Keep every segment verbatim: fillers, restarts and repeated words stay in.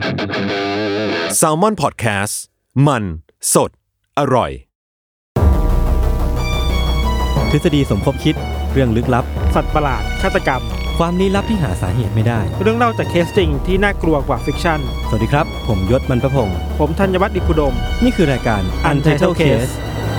Salmon Podcast มันสดอร่อยทฤษฎีสมคบคิดเรื่องลึกลับสัตว์ประหลาดฆาตกรรมความลี้ลับที่หาสาเหตุไม่ได้เรื่องเล่าจากเคสจริงที่น่ากลัวกว่าฟิกชั่นสวัสดีครับผมยศมันประพงษ์ผมธัญวัฒน์อิพุดมนี่คือรายการ Untitled Case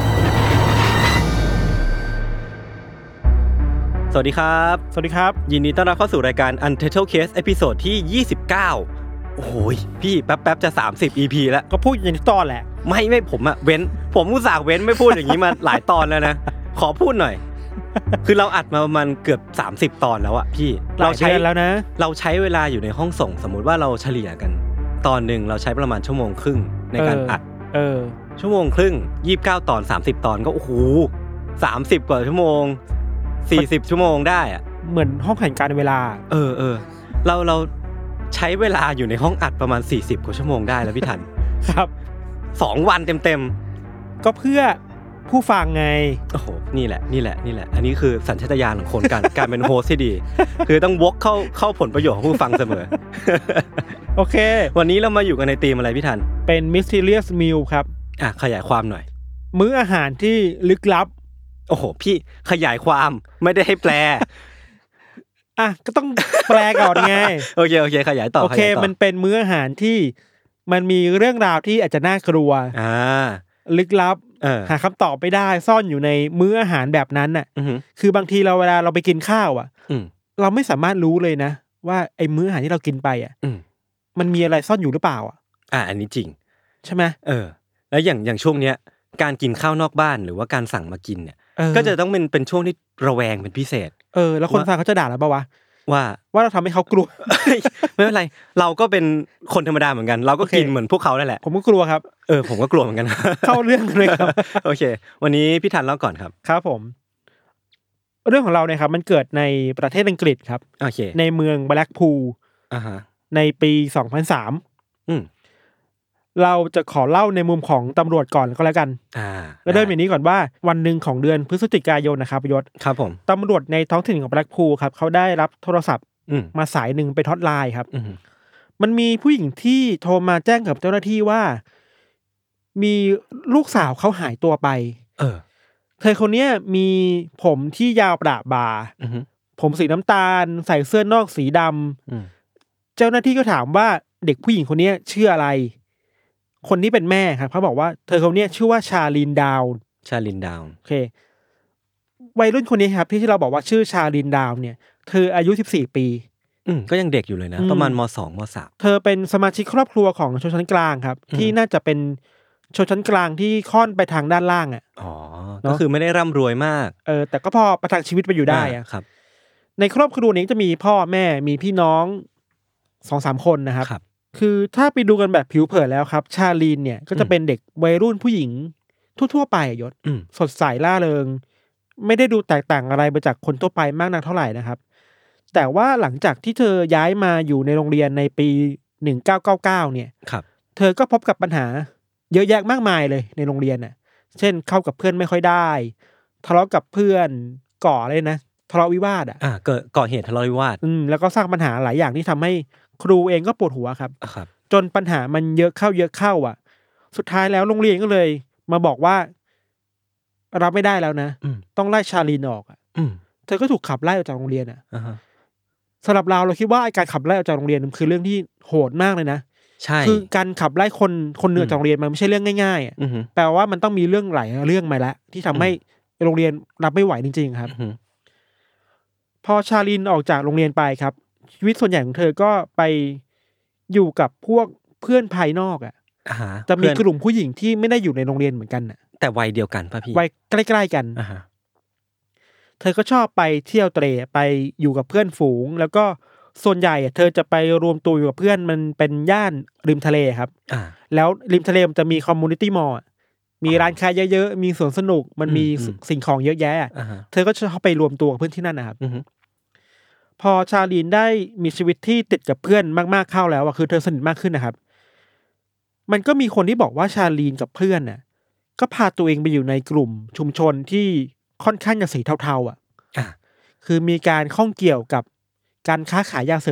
สวัสดีครับสวัสดีครับยินดีต้อนรับเข้าสู่รายการ Untitled Case เอพิโซดที่ยี่สิบเก้าโอ้โหพี่แป๊บๆจะสามสิบ อี พี แล้วก็พูดอย่างนี้ตอนแหละไม่ไม่ผมอะเว้นผมอุตส่าห์เว้นไม่พูดอย่างนี้มาหลายตอนแล้วนะขอพูดหน่อยคือเราอัดมาประมาณเกือบสามสิบตอนแล้วอะพี่เราใช้แล้วนะเราใช้เวลาอยู่ในห้องส่งสมมุติว่าเราเฉลี่ยกันตอนนึงเราใช้ประมาณชั่วโมงครึ่งในการอัดเออชั่วโมงครึ่งยี่สิบเก้าตอนสามสิบตอนก็โอ้โหสามสิบกว่าชั่วโมงสี่สิบชั่วโมงได้อะเหมือนห้องแห่งการเวลาเออๆเราเราใช้เวลาอยู่ในห้องอัดประมาณสี่สิบกว่าชั่วโมงได้แล้วพี่ทันครับสองวันเต็มๆก็เพื่อผู้ฟังไงโอ้โหนี่แหละนี่แหละนี่แหละอันนี้คือสัญชาตญาณของคนการการเป็นโฮสต์ที่ดีคือต้องวกเข้าเข้าผลประโยชน์ของผู้ฟังเสมอโอเควันนี้เรามาอยู่กันในธีมอะไรพี่ทันเป็น Mysterious Meal ครับอ่ะขยายความหน่อยมื้ออาหารที่ลึกลับโอ้โหพี่ขยายความไม่ได้ให้แปลอ่ะก็ต้องแปลก่อนไงโอเคโอเคขยายต่อโอเคมันเป็นมื้ออาหารที่มันมีเรื่องราวที่อาจจะน่ากลัวอ่าลึกลับหาคำตอบไม่ได้ซ่อนอยู่ในมื้ออาหารแบบนั้นน่ะคือบางทีเราเวลาเราไปกินข้าวอ่ะเราไม่สามารถรู้เลยนะว่าไอ้มื้ออาหารที่เรากินไปอ่ะมันมีอะไรซ่อนอยู่หรือเปล่าอ่ะอ่าอันนี้จริงใช่ไหมเออแล้วอย่างอย่างช่วงเนี้ยการกินข้าวนอกบ้านหรือว่าการสั่งมากินเนี่ยก็จะต้องเป็นเป็นช่วงที่ระแวงเป็นพิเศษเออแล้วคนฟังเขาจะด่าเราป่าววะว่าว่าเราทำให้เขากลัวไม่เป็นไรเราก็เป็นคนธรรมดาเหมือนกันเราก็กินเหมือนพวกเขานั่นแหละผมก็กลัวครับเออผมก็กลัวเหมือนกันเข้าเรื่องเลยครับโอเควันนี้พี่ทันเล่าก่อนครับครับผมเรื่องของเราเนี่ยครับมันเกิดในประเทศอังกฤษครับโอเคในเมืองแบล็กพูลอ่าฮะในปีสองพันสามอืมเราจะขอเล่าในมุมของตำรวจก่อนก็แล้วกันอ่าก็เริ่มอย่างนี้ก่อนว่าวันหนึ่งของเดือนพฤศจิกายนนะครับยศครับผมตำรวจในท้องถิ่นของแบล็กพูลครับเขาได้รับโทรศัพท์มาสายหนึ่งเป็นฮอตไลน์ครับมันมีผู้หญิงที่โทรมาแจ้งกับเจ้าหน้าที่ว่ามีลูกสาวเขาหายตัวไปเออเธอคนนี้มีผมที่ยาวประบ่าผมสีน้ำตาลใส่เสื้อนอกสีดำเจ้าหน้าที่ก็ถามว่าเด็กผู้หญิงคนนี้ชื่ออะไรคนนี้เป็นแม่ครับเขาบอกว่าเธอคนนี้ชื่อว่าชาลินดาวชาลินดาวโอเควัยรุ่นคนนี้ครับที่ที่เราบอกว่าชื่อชาลินดาวเนี่ยเธออายุสิบสี่ปีอืมก็ยังเด็กอยู่เลยนะประมาณม.สอง ม.สามเธอเป็นสมาชิกครอบครัวของชนชั้นกลางครับที่น่าจะเป็นชนชั้นกลางที่ค่อนไปทางด้านล่างอ่ะอ๋อก็คือไม่ได้ร่ำรวยมากเออแต่ก็พอประทังชีวิตไปอยู่ได้อ่ะครับในครอบครัวนี้จะมีพ่อแม่มีพี่น้อง สองสาม คนนะครับคือถ้าไปดูกันแบบผิวเผินแล้วครับชาลีนเนี่ยก็จะเป็นเด็กวัยรุ่นผู้หญิงทั่วๆไปยศสดใสล่าเริงไม่ได้ดูแตกต่างอะไรไปจากคนทั่วไปมากนักเท่าไหร่นะครับแต่ว่าหลังจากที่เธอย้ายมาอยู่ในโรงเรียนในปีหนึ่งพันเก้าร้อยเก้าสิบเก้าเนี่ยเธอก็พบกับปัญหาเยอะแยะมากมายเลยในโรงเรียนน่ะเช่นเข้ากับเพื่อนไม่ค่อยได้ทะเลาะกับเพื่อนก่ออะไรนะทะเลาะวิวาทอ่ะอ่าเกิดก่อเหตุทะเลาะวิวาทอืมแล้วก็สร้างปัญหาหลายอย่างที่ทำให้ครูเองก็ปวดหัวครับครับจนปัญหามันเยอะเข้าเยอะเข้าอ่ะสุดท้ายแล้วโรงเรียนก็เลยมาบอกว่ารับไม่ได้แล้วนะต้องไล่ชาลีนออกอ่ะเธอก็ถูกขับไล่ออกจากโรงเรียนอ่ะสำหรับเราเราคิดว่าไอ้การขับไล่ออกจากโรงเรียนมันคือเรื่องที่โหดมากเลยนะใช่คือการขับไล่คนคนเหนือจากโรงเรียนมันไม่ใช่เรื่องง่ายๆอ่ะแปลว่ามันต้องมีเรื่องหลายเรื่องมาแล้วที่ทำให้โรงเรียนรับไม่ไหวจริงๆครับพอชาลีนออกจากโรงเรียนไปครับชีวิตส่วนใหญ่ของเธอก็ไปอยู่กับพวกเพื่อนภายนอกอ่ะจะมีกลุ่มผู้หญิงที่ไม่ได้อยู่ในโรงเรียนเหมือนกันน่ะแต่วัยเดียวกันป่ะพี่วัยใกล้ๆกันเธอก็ชอบไปเที่ยวเตร่ไปอยู่กับเพื่อนฝูงแล้วก็ส่วนใหญ่เธอจะไปรวมตัวอยู่กับเพื่อนมันเป็นย่านริมทะเลครับแล้วริมทะเลมันจะมีคอมมูนิตี้มอลล์มีร้านค้าเยอะๆมีสวนสนุกมันมีสิ่งของเยอะแยะเธอก็ชอบไปรวมตัวกับเพื่อนที่นั่นนะครับพอชาลีนได้มีชีวิตที่ติดกับเพื่อนมากๆเข้าแล้วอ่ะคือเธอสนิทมากขึ้นนะครับมันก็มีคนที่บอกว่าชาลีนกับเพื่อนน่ะก็พาตัวเองไปอยู่ในกลุ่มชุมชนที่ค่อนข้างจะสีเทาๆอ่ะคือมีการข้องเกี่ยวกับการค้าขายยาเสพติด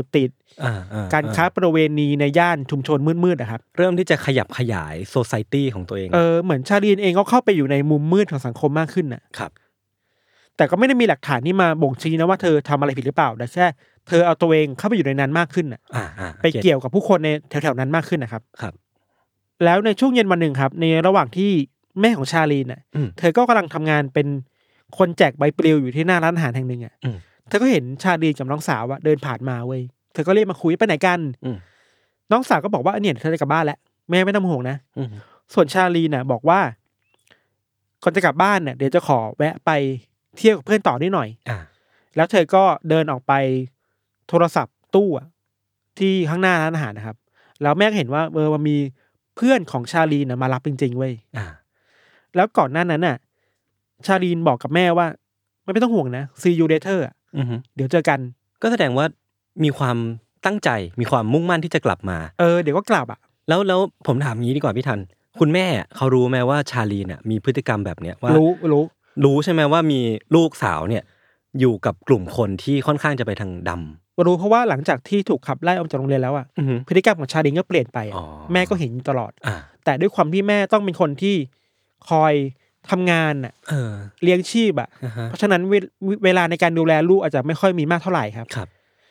อ่าการค้าประเวณีในย่านชุมชนมืดๆนะครับเริ่มที่จะขยับขยายโซไซตี้ของตัวเองเออเหมือนชาลีนเองก็เข้าไปอยู่ในมุมมืดของสังคมมากขึ้นน่ะครับแต่ก็ไม่ได้มีหลักฐานที่มาบ่งชี้นะว่าเธอทำอะไรผิดหรือเปล่าแต่แค่เธอเอาตัวเองเข้าไปอยู่ในนั้นมากขึ้นน่ะไปเกี่ยวกับผู้คนในแถวๆนั้นมากขึ้นนะครับครับแล้วในช่วงเย็นวันหนึ่งครับในระหว่างที่แม่ของชาลีนน่ะเธอก็กำลังทำงานเป็นคนแจกใบปลิวอยู่ที่หน้าร้านอาหารแห่งหนึ่งอ่ะเธอก็เห็นชาลีนกับน้องสาวอ่ะเดินผ่านมาเว้ยเธอก็เรียกมาคุยไปไหนกันน้องสาวก็บอกว่าเนี่ยเธอจะกลับบ้านแล้วแม่ไม่ต้องห่วงนะส่วนชาลีนน่ะบอกว่าก่อนจะกลับบ้านเนี่ยเดี๋ยวจะขอแวะไปเที่ยวกับเพื่อนต่อนิดหน่อยแล้วเธอก็เดินออกไปโทรศัพท์ตู้ที่ข้างหน้าร้านอาหารนะครับแล้วแม่ก็เห็นว่าเออมันมีเพื่อนของชาลีนน่ะมารับจริงๆเว้ยแล้วก่อนหน้านั้นน่ะชาลีนบอกกับแม่ว่าไม่ต้องห่วงนะ see you later อ่ะเดี๋ยวเจอกันก็แสดงว่ามีความตั้งใจมีความมุ่งมั่นที่จะกลับมาเออเดี๋ยวก็กลับอ่ะแล้วแล้วผมถามงี้ดีกว่าพี่ทันคุณแม่เขารู้ไหมว่าชาลีนน่ะมีพฤติกรรมแบบเนี้ยว่ารู้รู้รู้ใช่ไหมว่ามีลูกสาวเนี่ยอยู่กับกลุ่มคนที่ค่อนข้างจะไปทางดำรู้เพราะว่าหลังจากที่ถูกขับไล่ออกจากโรงเรียนแล้วอ่ะพฤติกรรมของชาลีนก็เปลี่ยนไปแม่ก็เห็นตลอดแต่ด้วยความที่แม่ต้องเป็นคนที่คอยทำงานอ่ะเลี้ยงชีพอ่ะเพราะฉะนั้นเวลาในการดูแลลูกอาจจะไม่ค่อยมีมากเท่าไหร่ครับครับ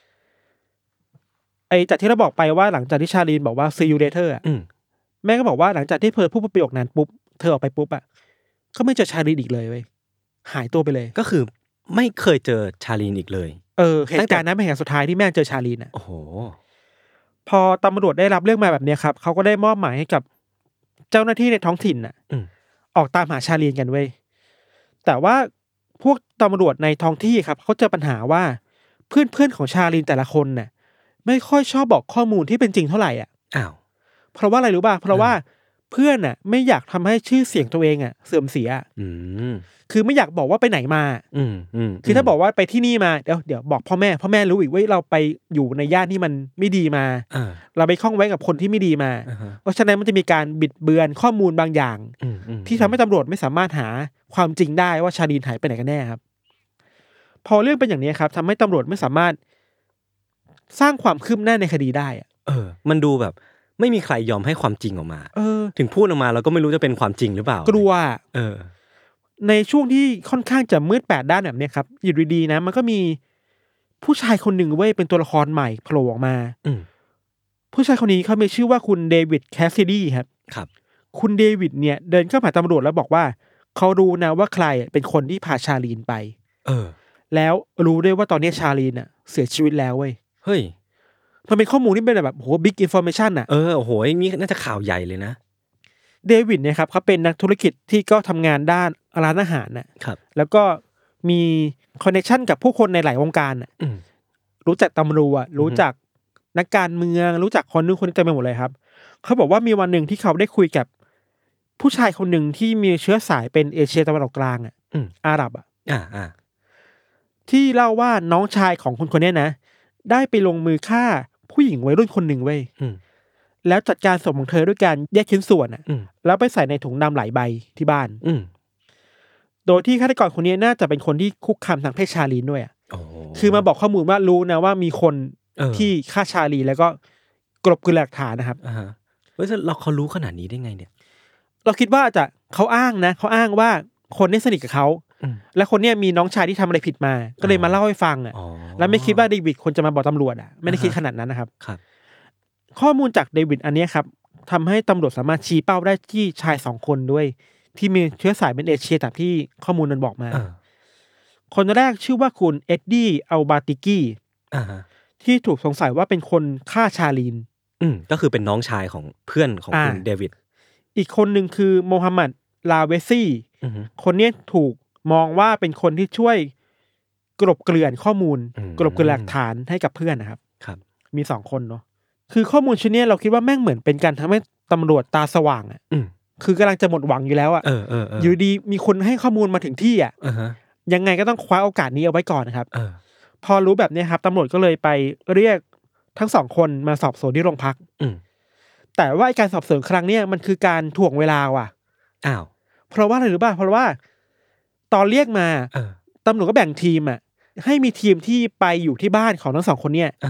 ไอจากที่เราบอกไปว่าหลังจากที่ชาลีนบอกว่า see you later อ่ะแม่ก็บอกว่าหลังจากที่เธอพูดประโยคนั้นปุ๊บเธอออกไปปุ๊บอ่ะก็ไม่เจอชาลีนอีกเลยเว้ยหายตัวไปเลยก็คือไม่เคยเจอชาลีนอีกเลยเออเหตุการณ์นั้นเป็นเหตุสุดท้ายที่แม่เจอชาลีนอ่ะโอ้โหพอตำรวจได้รับเรื่องมาแบบนี้ครับเขาก็ได้มอบหมายให้กับเจ้าหน้าที่ในท้องถิ่นอ่ะออกตามหาชาลีนกันเว้ยแต่ว่าพวกตำรวจในท้องที่ครับเขาเจอปัญหาว่าเพื่อนๆของชาลีนแต่ละคนน่ะไม่ค่อยชอบบอกข้อมูลที่เป็นจริงเท่าไหร่อ่ะอ้าวเพราะว่าอะไรรู้ป่ะเพราะว่าเพื่อนน่ะไม่อยากทำให้ชื่อเสียงตัวเองอ่ะเสื่อมเสียอืมคือไม่อยากบอกว่าไปไหนมาอืมอืมคือถ้าบอกว่าไปที่นี่มาเดี๋ยวเดี๋ยวบอกพ่อแม่พ่อแม่รู้อีกว่าเราไปอยู่ในย่านที่มันไม่ดีมาเราไปคล้องไว้กับคนที่ไม่ดีมาเพราะฉะนั้นมันจะมีการบิดเบือนข้อมูลบางอย่างที่ทำให้ตำรวจไม่สามารถหาความจริงได้ว่าชาลีนหายไปไหนกันแน่ครับพอเรื่องเป็นอย่างนี้ครับทำให้ตำรวจไม่สามารถสร้างความคืบหน้าในคดีได้อะเออมันดูแบบไม่มีใครยอมให้ความจริงออกมาเออถึงพูดออกมาเราก็ไม่รู้จะเป็นความจริงหรือเปล่ากลัวเออในช่วงที่ค่อนข้างจะมืดแปดด้านแบบนี้ครับอยู่ดีๆนะมันก็มีผู้ชายคนหนึ่งเว้ยเป็นตัวละครใหม่โผล่ออกมาผู้ชายคนนี้เขามีชื่อว่าคุณเดวิดแคสซิดี้ครับครับคุณเดวิดเนี่ยเดินเข้าหาตำรวจแล้วบอกว่าเขารู้นะว่าใครเป็นคนที่พาชาลีนไปเออแล้วรู้ด้วยว่าตอนนี้ชาลีนอ่ะเสียชีวิตแล้วเว้ยเฮ้ยมันเป็นข้อมูลที่เป็นแบบโหบิ๊กอินฟอร์เมชันอ่ะเออโอ้โหนี่น่าจะข่าวใหญ่เลยนะเดวิดเนี่ยครับเขาเป็นนักธุรกิจที่ก็ทำงานด้านร้านอาหารนะครับแล้วก็มีคอนเนคชั่นกับผู้คนในหลายวงการอ่ะรู้จักตำรวจรู้จักนักการเมืองรู้จักคนนู้นคนนี้เต็มไปหมดเลยครับเขาบอกว่ามีวันหนึ่งที่เขาได้คุยกับผู้ชายคนหนึ่งที่มีเชื้อสายเป็นเอเชียตะวันออกกลางอ่ะอาหรับอ่ะอ่าที่เล่าว่าน้องชายของคนคนนี้นะได้ไปลงมือฆ่าผู้หญิงวัยรุ่นคนหนึ่งเว้ยแล้วจัดการศพของเธอด้วยการแยกชิ้นส่วนอ่ะแล้วไปใส่ในถุงดำหลายใบที่บ้านโดยที่ฆาตกรคนนี้น่าจะเป็นคนที่คุกคามทางเพศชาลีนด้วยอ่ะคือมาบอกข้อมูลว่ารู้นะว่ามีคนที่ฆ่าชาลีแล้วก็กลบเกลื่อนหลักฐานนะครับเฮ้ยเราเขารู้ขนาดนี้ได้ไงเนี่ยเราคิดว่าจะเขาอ้างนะเขาอ้างว่าคนนี้สนิทกับเขาและคนนี้มีน้องชายที่ทำอะไรผิดมาก็เลยมาเล่าให้ฟังอ่ะแล้วไม่คิดว่าเดวิดคนจะมาบอกตำรวจอ่ะไม่ได้คิดขนาดนั้นนะครับข้อมูลจากเดวิดอันนี้ครับทำให้ตำรวจสามารถชี้เป้าได้ที่ชายสองคนด้วยที่มีเชื้อสายเป็นเอเชียตามที่ข้อมูลนั้นบอกมาคนแรกชื่อว่าคุณเอ็ดดี้อัลบาติกี้ที่ถูกสงสัยว่าเป็นคนฆ่าชาลีนก็คือเป็นน้องชายของเพื่อนของคุณเดวิดอีกคนหนึ่งคือโมฮัมหมัดลาเวซี่คนนี้ถูกมองว่าเป็นคนที่ช่วยกลบเกลื่อนข้อมูลกลบเกลื่อนหลักฐานให้กับเพื่อนนะครับมีสองคนเนาะคือข้อมูลชิ้นนี้เราคิดว่าแม่งเหมือนเป็นการทำให้ตำรวจตาสว่างอ่ะคือกำลังจะหมดหวังอยู่แล้วอ่ะอยู่ดีมีคนให้ข้อมูลมาถึงที่อ่ะยังไงก็ต้องคว้าโอกาสนี้เอาไว้ก่อนนะครับพอรู้แบบนี้ครับตำรวจก็เลยไปเรียกทั้งสองคนมาสอบสวนที่โรงพักแต่ว่าการสอบสวนครั้งนี้มันคือการถ่วงเวลาว่ะอ้าวเพราะว่าอะไรรู้ป่ะเพราะว่าตอนเรียกมาตำรวจก็แบ่งทีมอ่ะให้มีทีมที่ไปอยู่ที่บ้านของทั้งสองคนเนี่ยเ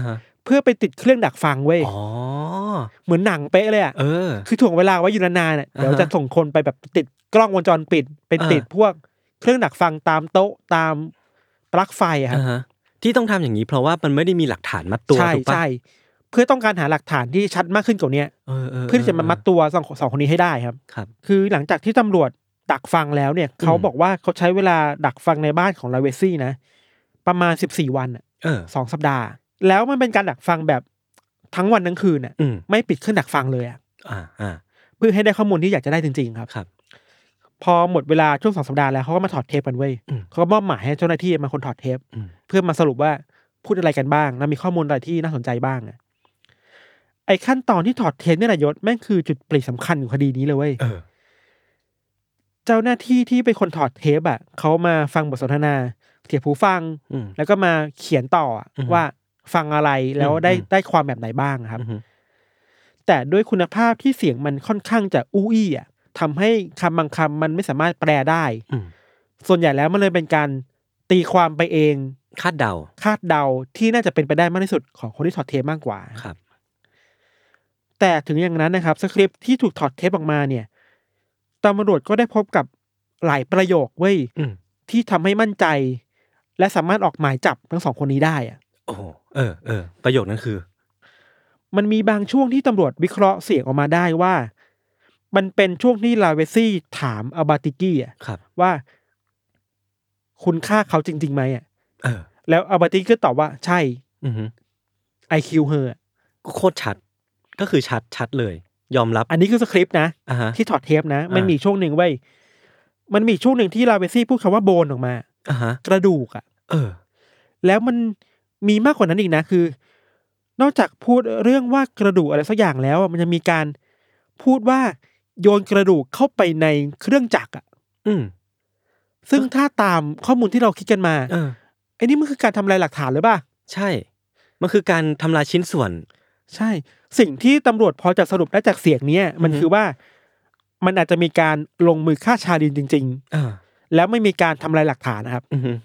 พื่อไปติดเครื่องดักฟังเว้ยอ๋อเหมือนหนังเป๊ะเลยอ่ะเออคือถ่วงเวลาไว้อยู่นานๆเนี่ยเดี๋ยวจะส่งคนไปแบบติดกล้องวงจรปิดไปติดพวกเครื่องดักฟังตามโต๊ะตามปลั๊กไฟอ่ะครับที่ต้องทำอย่างนี้เพราะว่ามันไม่ได้มีหลักฐานมัดตัวถูกปะใช่เพื่อต้องการหาหลักฐานที่ชัดมากขึ้นกว่านี้เพื่อจะมามัดตัวสองสองคนนี้ให้ได้ครับครับคือหลังจากที่ตำรวจดักฟังแล้วเนี่ยเขาบอกว่าเขาใช้เวลาดักฟังในบ้านของลาเวซี่นะประมาณสิบสี่วันอ่ะสองสัปดาห์แล้วมันเป็นการดักฟังแบบทั้งวันทั้งคืนอ่ะไม่ปิดเครื่องดักฟังเลยอ่ะเพื่อให้ได้ข้อมูลที่อยากจะได้จริงๆครับครับพอหมดเวลาช่วงสองสัปดาห์แล้วเขาก็มาถอดเทปกันเว้ยเขาก็มอบหมายให้เจ้าหน้าที่มาคนถอดเทปเพื่อมาสรุปว่าพูดอะไรกันบ้างและมีข้อมูลอะไรที่น่าสนใจบ้างอ่ะไอ้ขั้นตอนที่ถอดเทปเนี่ยนายศแม่งคือจุดเปลี่ยนสำคัญของคดีนี้เลยเว้ยเจ้าหน้าที่ที่เป็นคนถอดเทปอ่ะเขามาฟังบทสนทนาเสียบหูฟังแล้วก็มาเขียนต่อว่าฟังอะไรแล้วได้ได้ความแบบไหนบ้างครับแต่ด้วยคุณภาพที่เสียงมันค่อนข้างจะอู้อี้อ่ะทำให้คำบางคำมันไม่สามารถแปลได้ส่วนใหญ่แล้วมันเลยเป็นการตีความไปเองคาดเดาคาดเดาที่น่าจะเป็นไปได้มากที่สุดของคนที่ถอดเทปมากกว่าครับแต่ถึงอย่างนั้นนะครับสคริปต์ที่ถูกถอดเทปออกมาเนี่ยตำรวจก็ได้พบกับหลายประโยคเว้ยที่ทำให้มั่นใจและสามารถออกหมายจับทั้งสองคนนี้ได้อ่ะโอ้เออเออประโยคนั้นคือมันมีบางช่วงที่ตำรวจวิเคราะห์เสียงออกมาได้ว่ามันเป็นช่วงที่ลาเวซี่ถามอัลบาติกี้อ่ะว่าคุณฆ่าเขาจริงๆไหมอ่ะแล้วอัลบาติกี้ก็ตอบว่าใช่ไอคิวเฮอร์ก็โคตรชัดก็คือชัดชัดเลยยอมรับอันนี้คือสคริปต์นะที่ถอดเทปนะมันมีช่วงหนึ่งไว้มันมีช่วงหนึ่งที่ลาเวซี่พูดคำว่าโบนออกมากระดูกอ่ะเออแล้วมันมีมากกว่านั้นอีกนะคือนอกจากพูดเรื่องว่ากระดูกอะไรสักอย่างแล้วมันจะมีการพูดว่าโยนกระดูกเข้าไปในเครื่องจักรอ่ะอืมซึ่งถ้าตามข้อมูลที่เราคิดกันมาเออไอ้นี่มันคือการทำลายหลักฐานหรือเปล่าใช่มันคือการทำลายชิ้นส่วนใช่สิ่งที่ตำรวจพอจะสรุปได้จากเสียงนี้มันคือว่ามันอาจจะมีการลงมือฆ่าชาลินจริงๆ อ, แล้วไม่มีการทำลายหลักฐานนะครับ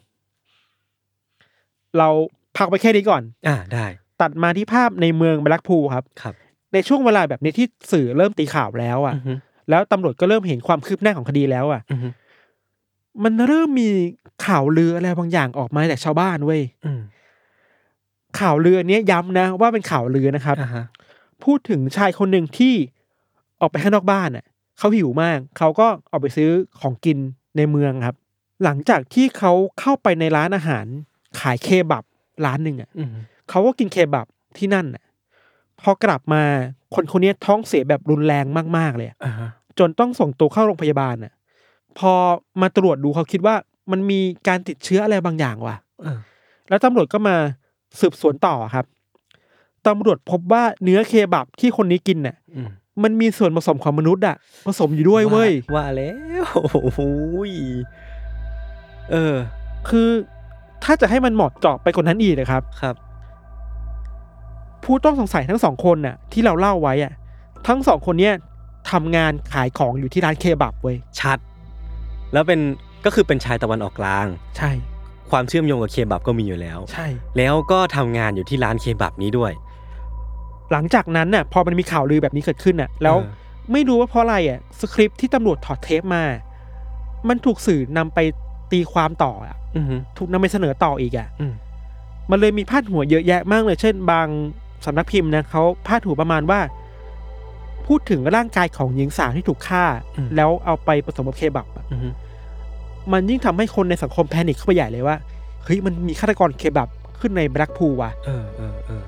เราพักไปแค่นี้ก่อนอ่าได้ตัดมาที่ภาพในเมืองแบล็กพูลครับครับในช่วงเวลาแบบนี้ที่สื่อเริ่มตีข่าวแล้วอ่ะแล้วตำรวจก็เริ่มเห็นความคืบหน้าของคดีแล้วอ่ะมันเริ่มมีข่าวลืออะไรบางอย่างออกมาจากชาวบ้านเว้ยข่าวลืออันนี้ย้ำนะว่าเป็นข่าวลือนะครับ uh-huh. พูดถึงชายคนหนึ่งที่ออกไปข้างนอกบ้านอ่ะเขาหิวมากเขาก็ออกไปซื้อของกินในเมืองครับหลังจากที่เขาเข้าไปในร้านอาหารขายเคบับร้านหนึ่งอ่ะ uh-huh. เขาก็กินเคบับที่นั่นอ่ะพอกลับมาคนคนนี้ท้องเสียแบบรุนแรงมากๆเลย uh-huh. จนต้องส่งตัวเข้าโรงพยาบาลอ่ะพอมาตรวจดูเขาคิดว่ามันมีการติดเชื้ออะไรบางอย่างว่ะ uh-huh. แล้วตำรวจก็มาสืบสวนต่อครับตำรวจพบว่าเนื้อเคบับที่คนนี้กินน่ะมันมีส่วนผสมของมนุษย์อ่ะผสมอยู่ด้วยเว้ยว่าแล้วโอ้ยเออคือถ้าจะให้มันเหมาะเจาะไปกว่านั้นอีกนะครับครับผู้ต้องสงสัยทั้งสองคนน่ะที่เราเล่าไว้อ่ะทั้งสองคนเนี้ยทำงานขายของอยู่ที่ร้านเคบับเว้ยชัดแล้วเป็นก็คือเป็นชายตะวันออกกลางใช่ความเชื่อมโยงกับเคบับก็มีอยู่แล้วใช่แล้วก็ทำงานอยู่ที่ร้านเคบับนี้ด้วยหลังจากนั้นน่ะพอมันมีข่าวลือแบบนี้เกิดขึ้นน่ะแล้วไม่รู้ว่าเพราะอะไรอ่ะสคริปต์ที่ตำรวจถอดเทปมามันถูกสื่อนำไปตีความต่ออ่ะถูกนำไปเสนอต่ออีกอ่ะมันเลยมีพาดหัวเยอะแยะมากเลยเช่นบางสำนักพิมพ์นะเขาพาดหัวประมาณว่าพูดถึงร่างกายของหญิงสาวที่ถูกฆ่าแล้วเอาไปผสมกับเคบับอ่ะมันยิ่งทำให้คนในสังคมแพนิคเข้าไปใหญ่เลยว่าเฮ้ยมันมีฆาตกรเคบับขึ้นในแบล็กพูลว่ะเออเออเออ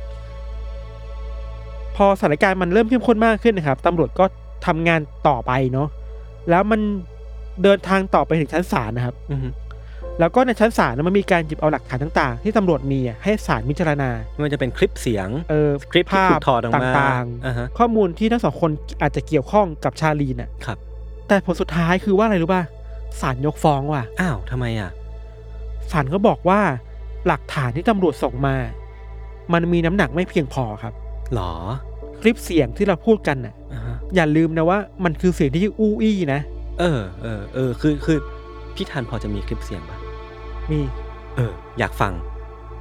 พอสถานการณ์มันเริ่มเข้มข้นมากขึ้นนะครับตำรวจก็ทำงานต่อไปเนาะแล้วมันเดินทางต่อไปถึงชั้นศาลนะครับแล้วก็ในชั้นศาลมันมีการหยิบเอาหลักฐานต่างๆที่ตำรวจมีให้ศาลพิจารณาไม่ว่าจะเป็นคลิปเสียงเออคลิปภาพถอดออกมาต่างๆข้อมูลที่ทั้งสองคนอาจจะเกี่ยวข้องกับชาลีน่ะครับแต่ผลสุดท้ายคือว่าอะไรรู้ป่ะศาลยกฟ้องว่ะอ้าวทำไมอ่ะศาลก็บอกว่าหลักฐานที่ตำรวจส่งมามันมีน้ำหนักไม่เพียงพอครับหรอคลิปเสียงที่เราพูดกันน่ะ uh-huh. อย่าลืมนะว่ามันคือเสียงที่อู้อี้นะเออเออเออคือคือพี่ทันพอจะมีคลิปเสียงป่ะมีเอออยากฟัง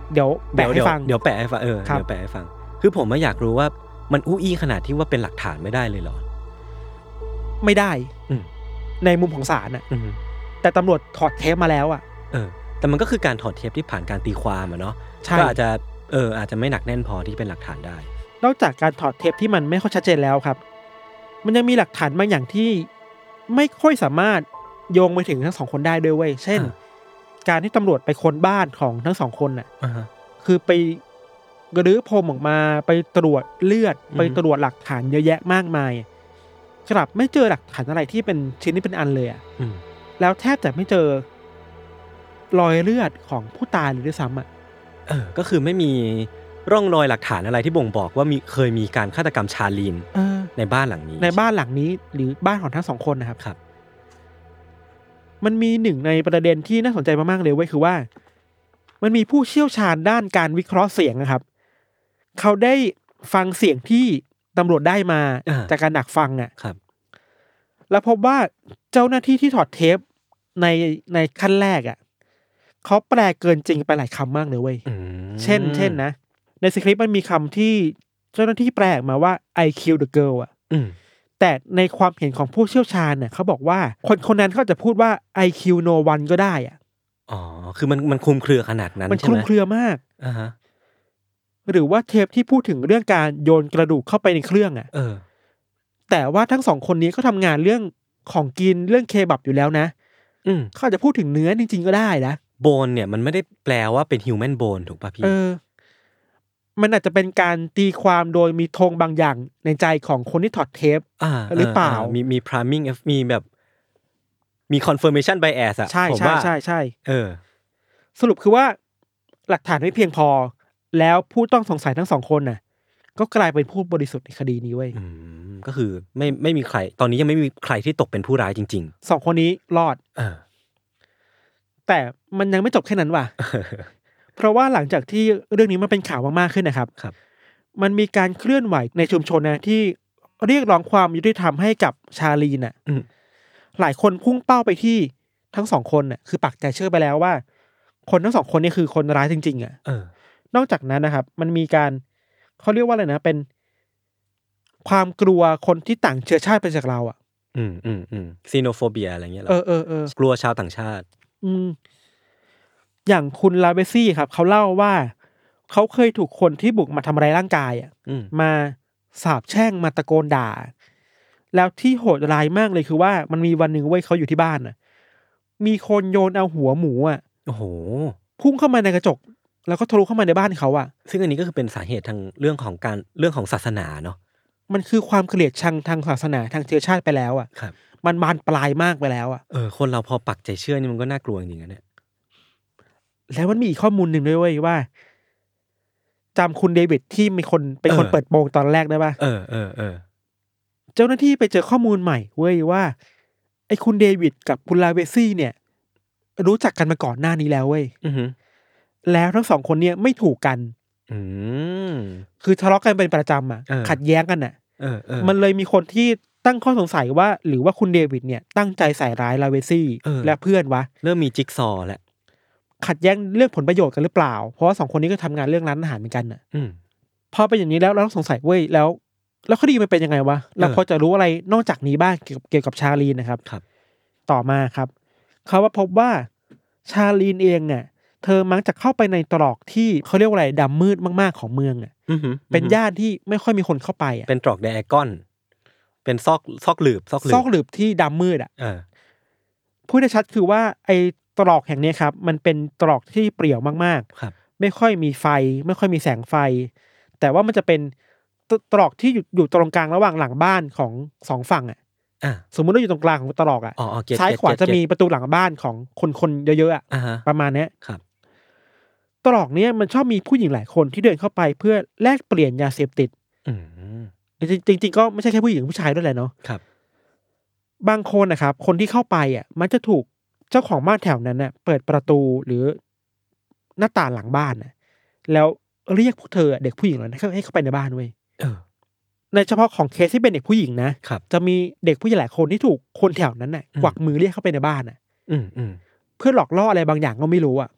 เดี๋ยวแปะให้ฟังเดี๋ยวแปะให้ฟังเออเดี๋ยวแปะให้ฟังคือผมอยากรู้ว่ามันอู้อี้ขนาดที่ว่าเป็นหลักฐานไม่ได้เลยเหรอไม่ได้ในมุมของศาลน่ะแต่ตำรวจถอดเทปมาแล้วอ่ะเออแต่มันก็คือการถอดเทปที่ผ่านการตีความอ่ะเนาะก็อาจจะเอออาจจะไม่หนักแน่นพอที่เป็นหลักฐานได้นอกจากการถอดเทปที่มันไม่ค่อยชัดเจนแล้วครับมันยังมีหลักฐานบางอย่างที่ไม่ค่อยสามารถโยงไปถึงทั้งสองคนได้ด้วยเว้ยเช่นการที่ตำรวจไปค้นบ้านของทั้งสองคนน่ะคือไปรื้อพรมออกมาไปตรวจเลือดไปตรวจหลักฐานเยอะแยะมากมายกลับไม่เจอหลักฐานอะไรที่เป็นชิ้นนี้เป็นอันเลยอ่ะแล้วแทบจะไม่เจอรอยเลือดของผู้ตายเลยด้วยซ้ำอ่ะเออก็คือไม่มีร่องรอยหลักฐานอะไรที่บ่งบอกว่ามีเคยมีการฆาตกรรมชาลีนในบ้านหลังนี้ในบ้านหลังนี้หรือบ้านของทั้งสองคนนะครับครับมันมีหนึ่งในประเด็นที่น่าสนใจมากๆเลยเว้ยคือว่ามันมีผู้เชี่ยวชาญด้านการวิเคราะห์เสียงนะครับเขาได้ฟังเสียงที่ตำรวจได้มาจากการดักฟังอ่ะครับแล้วพบว่าเจ้าหน้าที่ที่ถอดเทปในในขั้นแรกอ่ะเขาแปลเกินจริงไปหลายคำมากเลยเว้ยเช่นเช่นนะในสคริปต์มันมีคำที่เจ้าหน้าที่แปลออกมาว่า I killed the girl อ่ะแต่ในความเห็นของผู้เชี่ยวชาญเนี่ยเขาบอกว่าคนคนนั้นเขาจะพูดว่า I kill no one ก็ได้อ่ะอ๋อคือมันมันคลุมเครือขนาดนั้นใช่ไหมมันคลุมเครือมากอ่าฮะหรือว่าเทปที่พูดถึงเรื่องการโยนกระดูกเข้าไปในเครื่องอ่ะเออแต่ว่าทั้งสองคนนี้ก็ทำงานเรื่องของกินเรื่องเคบับอยู่แล้วนะอืมเขาจะพูดถึงเนื้อจริงๆก็ได้นะโบนเนี่ยมันไม่ได้แปลว่าเป็นฮิวแมนโบนถูกป่ะพี่เออมันอาจจะเป็นการตีความโดยมีธงบางอย่างในใจของคนที่ถอดเทปหรือเปล่ามีมี priming มีแบบมี confirmation bias อ่ะใช่ใช่ใช่ใช่เออสรุปคือว่าหลักฐานไม่เพียงพอแล้วผู้ต้องสงสัยทั้งสองคนน่ะก็กลายเป็นผู้บริสุทธิ์ในคดีนี้เว้ยก็คือไม่ไม่มีใครตอนนี้ยังไม่มีใครที่ตกเป็นผู้ร้ายจริงๆสองคนนี้รอดเออแต่มันยังไม่จบแค่นั้นว่ะ เพราะว่าหลังจากที่เรื่องนี้มันเป็นข่าวมากๆขึ้นนะครับครับมันมีการเคลื่อนไหวในชุมชนนะที่เรียกร้องความยุติธรรมให้กับชาลีนน่ะหลายคนพุ่งเป้าไปที่ทั้งสองคนน่ะคือปักใจเชื่อไปแล้วว่าคนทั้งสองคนนี่คือคนร้ายจริงๆอ่ะนอกจากนั้นนะครับมันมีการเขาเรียกว่าอะไรนะเป็นความกลัวคนที่ต่างเชื้อชาติไปจากเราอ่ะอืมอืมอืมซีโนโฟเบียอะไรเงี้ยหรอเออเออเออกลัวชาวต่างชาติอืมอย่างคุณลาเบซี่ครับเขาเล่าว่าเขาเคยถูกคนที่บุกมาทำร้ายร่างกายอ่ะมาสาปแช่งมาตะโกนด่าแล้วที่โหดร้ายมากเลยคือว่ามันมีวันหนึ่งเว้ยเขาอยู่ที่บ้านอ่ะมีคนโยนเอาหัวหมูอ่ะโอ้โหพุ่งเข้ามาในกระจกแล้วก็ทะลุเข้ามาในบ้านเขาอ่ะซึ่งอันนี้ก็คือเป็นสาเหตุทางเรื่องของการเรื่องของศาสนาเนาะมันคือความเกลียดชังทางศาสนาทางเชื้อชาติไปแล้วอ่ะครับมันบานปลายมากไปแล้วอ่ะเออคนเราพอปักใจเชื่อนี่มันก็น่ากลัวจริงๆนะเนี่ยแล้วมันมีอีกข้อมูลหนึ่งด้วยเว้ยว่าจำคุณเดวิดที่มีคนเป็นคนเปิดโปงตอนแรกได้ป่ะเออเออเออเจ้าหน้าที่ไปเจอข้อมูลใหม่เว้ยว่าไอ้คุณเดวิดกับคุณลาเวซี่เนี่ยรู้จักกันมาก่อนหน้านี้แล้วเว้ยแล้วทั้งสองคนเนี่ยไม่ถูกกันคือทะเลาะกันเป็นประจำอ่ะขัดแย้งกันอ่ะมันเลยมีคนที่ตั้งข้อสงสัยว่าหรือว่าคุณเดวิดเนี่ยตั้งใจใส่ร้ายลาเวซี่และเพื่อนวะเริ่มมีจิ๊กซอว์แล้วขัดแย้งเรื่องผลประโยชน์กันหรือเปล่าเพราะว่าสองคนนี้ก็ทำงานเรื่องร้านอาหารเหมือนกันน่ะพอเป็นอย่างนี้แล้วเราต้องสงสัยเว้ยแล้วแล้วคดีมันเป็นยังไงวะเราพอจะรู้อะไรนอกจากนี้บ้างเกี่ยวกับเกี่ยวกับชาลีนนะครับครับต่อมาครับเขาว่าพบว่าชาลีนเองเนี่ยเธอมักจะเข้าไปในตรอกที่เขาเรียกว่าอะไรดำมืดมากๆของเมืองอ่ะเป็นย่านที่ไม่ค่อยมีคนเข้าไปอ่ะเป็นตรอกไดแอกอนเป็นซอกซอกหลืบซอกหลืบซอกหลืบที่ดำมืดอ่ะพูดได้ชัดคือว่าไอตรอกแห่งนี้ครับมันเป็นตรอกที่เปรี่ยวมากๆครับไม่ค่อยมีไฟไม่ค่อยมีแสงไฟแต่ว่ามันจะเป็นตรอกที่อยู่อยู่ตรงกลางระหว่างหลังบ้านของสองฝั่งอ่ะสมมติว่าอยู่ตรงกลางของตรอกอ่ะซ้ายขวาจะมีประตูหลังบ้านของคนคนเยอะๆอ่ะประมาณนี้ครับตรอกเนี้ยมันชอบมีผู้หญิงหลายคนที่เดินเข้าไปเพื่อแลกเปลี่ยนยาเสพติดจริงๆก็ไม่ใช่แค่ผู้หญิงผู้ชายด้วยแหละเนาะครับบางคนนะครับคนที่เข้าไปอ่ะมันจะถูกเจ้าของบ้านแถวนั้นน่ะเปิดประตูหรือหน้าต่างหลังบ้านน่ะแล้วเรียกพวกเธอเด็กผู้หญิงเหล่านั้นให้เข้าไปในบ้านเว้ยในเฉพาะของเคสที่เป็นเด็กผู้หญิงนะจะมีเด็กผู้หญิงหลายคนที่ถูกคนแถวนั้นน่ะกวักมือเรียกเข้าไปในบ้านน่ะเพื่อหลอกล่ออะไรบางอย่างก็ไม่รู้อ่ะ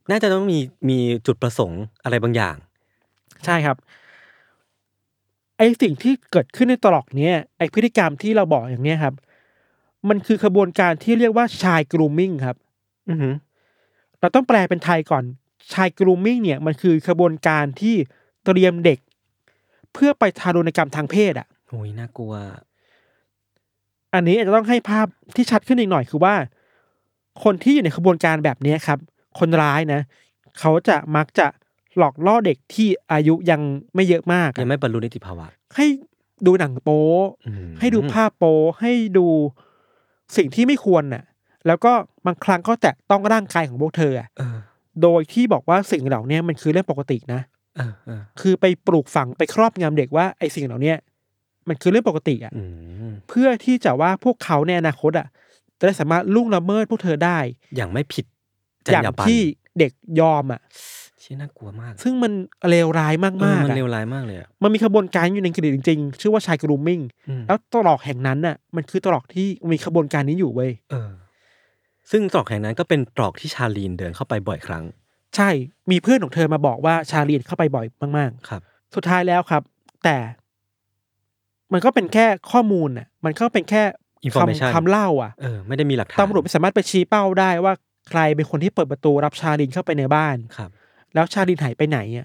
น่าจะต้องมีมีจุดประสงค์อะไรบางอย่างใช่ครับไอสิ่งที่เกิดขึ้นในตรอกเนี้ยไอพฤติกรรมที่เราบอกอย่างเนี้ยครับมันคือขบวนการที่เรียกว่าชายกรูมมิ่งครับอือฮึเราต้องแปลเป็นไทยก่อนชายกรูมมิ่งเนี่ยมันคือขบวนการที่เตรียมเด็กเพื่อไปทารุณกรรมทางเพศอ่ะโอ้ยน่ากลัวอันนี้อาจจะต้องให้ภาพที่ชัดขึ้นอีกหน่อยคือว่าคนที่อยู่ในขบวนการแบบนี้ครับคนร้ายนะเขาจะมักจะหลอกล่อเด็กที่อายุยังไม่เยอะมากยังไม่บรรลุนิติภาวะให้ดูหนังโป๊ให้ดูภาพโป๊ให้ดูสิ่งที่ไม่ควรน่ะแล้วก็บางครั้งก็แตะต้องร่างกายของพวกเธอโดยที่บอกว่าสิ่งเหล่านี้มันคือเรื่องปกตินะคือไปปลูกฝังไปครอบงำเด็กว่าไอ้สิ่งเหล่านี้มันคือเรื่องปกติอ่ะเพื่อที่จะว่าพวกเขาในอนาคตอ่ะจะได้สามารถล่วงละเมิดพวกเธอได้อย่างไม่ผิดอย่างที่เด็กยอมอ่ะชี้น่ากลัวมากซึ่งมันเลวร้ายมากๆอ่ะมันเลวร้ายมากเลยอ่ะมันมีขบวนการอยู่ในอังกฤษจริงๆชื่อว่าชายกรูมมิ่งแล้วตรอกแห่งนั้นน่ะมันคือตรอกที่มีขบวนการนี้อยู่เว้ยเออซึ่งตรอกแห่งนั้นก็เป็นตรอกที่ชาลีนเดินเข้าไปบ่อยครั้งใช่มีเพื่อนของเธอมาบอกว่าชาลีนเข้าไปบ่อยมากๆครับสุดท้ายแล้วครับแต่มันก็เป็นแค่ข้อมูลน่ะมันก็เป็นแค่คำคำเล่าอ่ะเออไม่ได้มีหลักฐานตำรวจไม่สามารถไปชี้เป้าได้ว่าใครเป็นคนที่เปิดประตูรับชาลีนเข้าไปในบ้านครับแล้วชาลีนหายไปไหนอ่ะ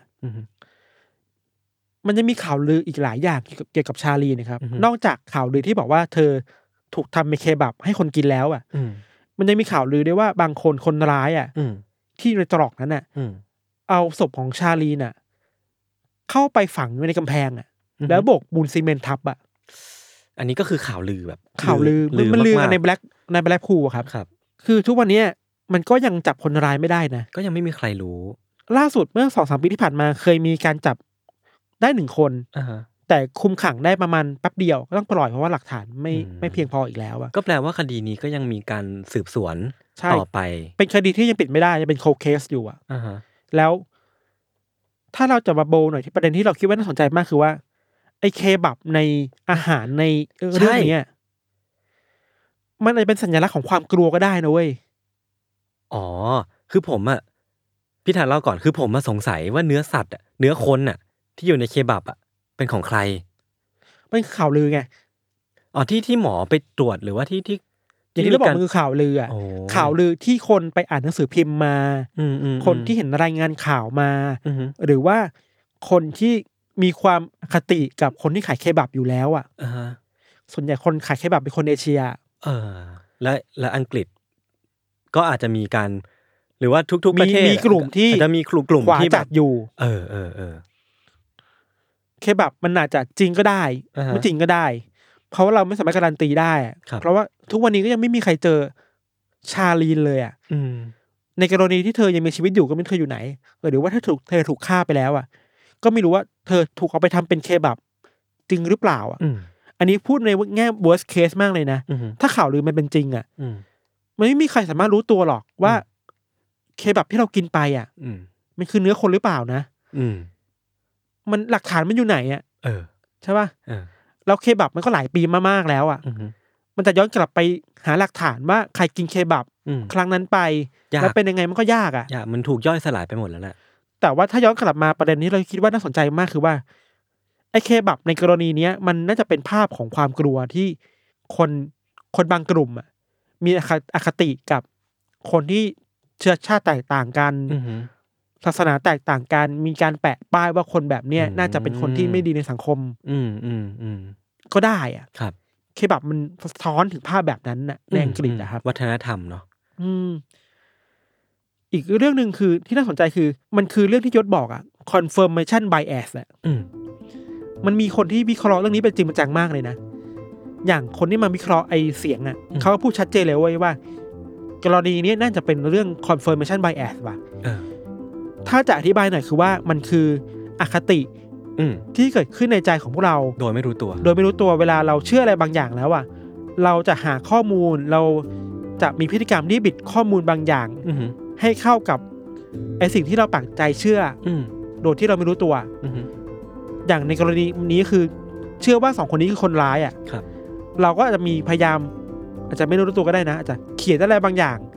มันจะมีข่าวลืออีกหลายอย่างเกี่ยวกับชาลีนะครับนอกจากข่าวลือที่บอกว่าเธอถูกทำเป็นเคบับให้คนกินแล้วอ่ะมันยังมีข่าวลือด้วยว่าบางคนคนร้ายอ่ะที่ในตรอกนั้นอ่ะเอาศพของชาลีนอ่ะเข้าไปฝังไว้ในกำแพงอ่ะแล้วโบกปูนซีเมนต์ทับอ่ะอันนี้ก็คือข่าวลือแบบข่าวลือมันลือกันในแบล็คในแบล็คพูลครับครับคือทุกวันนี้มันก็ยังจับคนร้ายไม่ได้นะก็ยังไม่มีใครรู้ล่าสุดเมื่อ สองถึงสาม ปีที่ผ่านมาเคยมีการจับได้หนึ่งคนแต่คุมขังได้ประมาณแป๊บเดียวก็ต้องปล่อยเพราะว่าหลักฐานไม่ไม่เพียงพออีกแล้วอ่ะก็แปลว่าคดีนี้ก็ยังมีการสืบสวนต่อไปเป็นคดีที่ยังปิดไม่ได้ยังเป็นโคเคสอยู่อ่ะแล้วถ้าเราจะมาโบหน่อยที่ประเด็นที่เราคิดว่าน่าสนใจมากคือว่าไอ้เคบับในอาหารในเรื่องนี้มันอาจจะเป็นสัญลักษณ์ของความกลัวก็ได้นะเว้ยอ๋อคือผมอ่ะพี่ถามเล่าก่อนคือผมมาสงสัยว่าเนื้อสัตว์อ่ะเนื้อคนอ่ะที่อยู่ในเคบับอ่ะเป็นของใครเป็นข่าวลือไงอ๋อที่ที่หมอไปตรวจหรือว่าที่ที่อย่างที่เราบอกมันคือข่าวลืออ่ะข่าวลือที่คนไปอ่านหนังสือพิมพ์มาคนที่เห็นรายงานข่าวมาหรือว่าคนที่มีความอคติกับคนที่ขายเคบับอยู่แล้วอ่ะส่วนใหญ่คนขายเคบับเป็นคนเอเชียเออและและอังกฤษก็อาจจะมีการหรือว่าทุกๆประเทศมีกลุ่มที่จะมีกลุ่มกลุ่มที่จัดอยู่เออเออเออเคบับมันอาจจะจริงก็ได้ไม่จริงก็ได้เพราะว่าเราไม่สามารถการันตีได้เพราะว่าทุกวันนี้ก็ยังไม่มีใครเจอชาลีนเลยอ่ะในกรณีที่เธอยังมีชีวิตอยู่ก็ไม่รู้เธออยู่ไหนหรือว่าถ้าถูกเธอถูกฆ่าไปแล้วอ่ะก็ไม่รู้ว่าเธอถูกเอาไปทำเป็นเคบับจริงหรือเปล่าอ่ะอันนี้พูดในแง่ worst case มากเลยนะถ้าข่าวลือมันเป็นจริงอ่ะมันไม่มีใครสามารถรู้ตัวหรอกว่าเคบับที่เรากินไปอ่ะมันคือเนื้อคนหรือเปล่านะมันหลักฐานมันอยู่ไหนอ่ะใช่ป่ะแล้วเคบับมันก็หลายปีมากๆแล้วอ่ะมันจะย้อนกลับไปหาหลักฐานว่าใครกินเคบับครั้งนั้นไปแล้วเป็นยังไงมันก็ยากอ่ะยากมันถูกย่อยสลายไปหมดแล้วแหละแต่ว่าถ้าย้อนกลับมาประเด็นนี้เราคิดว่าน่าสนใจมากคือว่าไอ้เคบับในกรณีนี้มันน่าจะเป็นภาพของความกลัวที่คนคนบางกลุ่มอ่ะมีอคติกับคนที่เชื้อชาติแตกต่างกันศาสนาแตกต่างกันมีการแปะป้ายว่าคนแบบเนี้ยน่าจะเป็นคนที่ไม่ดีในสังคมอืมอืมอืมก็ได้อ่ะครับเคบับมันสะท้อนถึงภาพแบบนั้นน่ะในอังกฤษนะครับวัฒนธรรมเนาะอืมอีกเรื่องนึงคือที่น่าสนใจคือมันคือเรื่องที่ยศบอกอ่ะ confirmation bias อ่ะมันมีคนที่วิเคราะห์เรื่องนี้เป็นจริงเป็นจังมากเลยนะอย่างคนที่มาวิเคราะห์ไอเสียงอ่ะเขาพูดชัดเจนเลยว่ากรณีนี้น่าจะเป็นเรื่อง confirmation bias ว่ะถ้าจะอธิบายหน่อยคือว่ามันคืออคติที่เกิดขึ้นในใจของพวกเราโดยไม่รู้ตัวโดยไม่รู้ตัวเวลาเราเชื่ออะไรบางอย่างแล้วอ่ะเราจะหาข้อมูลเราจะมีพฤติกรรมที่บิดข้อมูลบางอย่างให้เข้ากับไอสิ่งที่เราปักใจเชื่อโดยที่เราไม่รู้ตัวอย่างในกรณีนี้คือเชื่อว่าสองคนนี้คือคนร้ายอ่ะเราก็อาจจะมีพยายามอาจจะไม่รู้ตัวก็ได้นะอาจจะเขียนอะไรบางอย่าง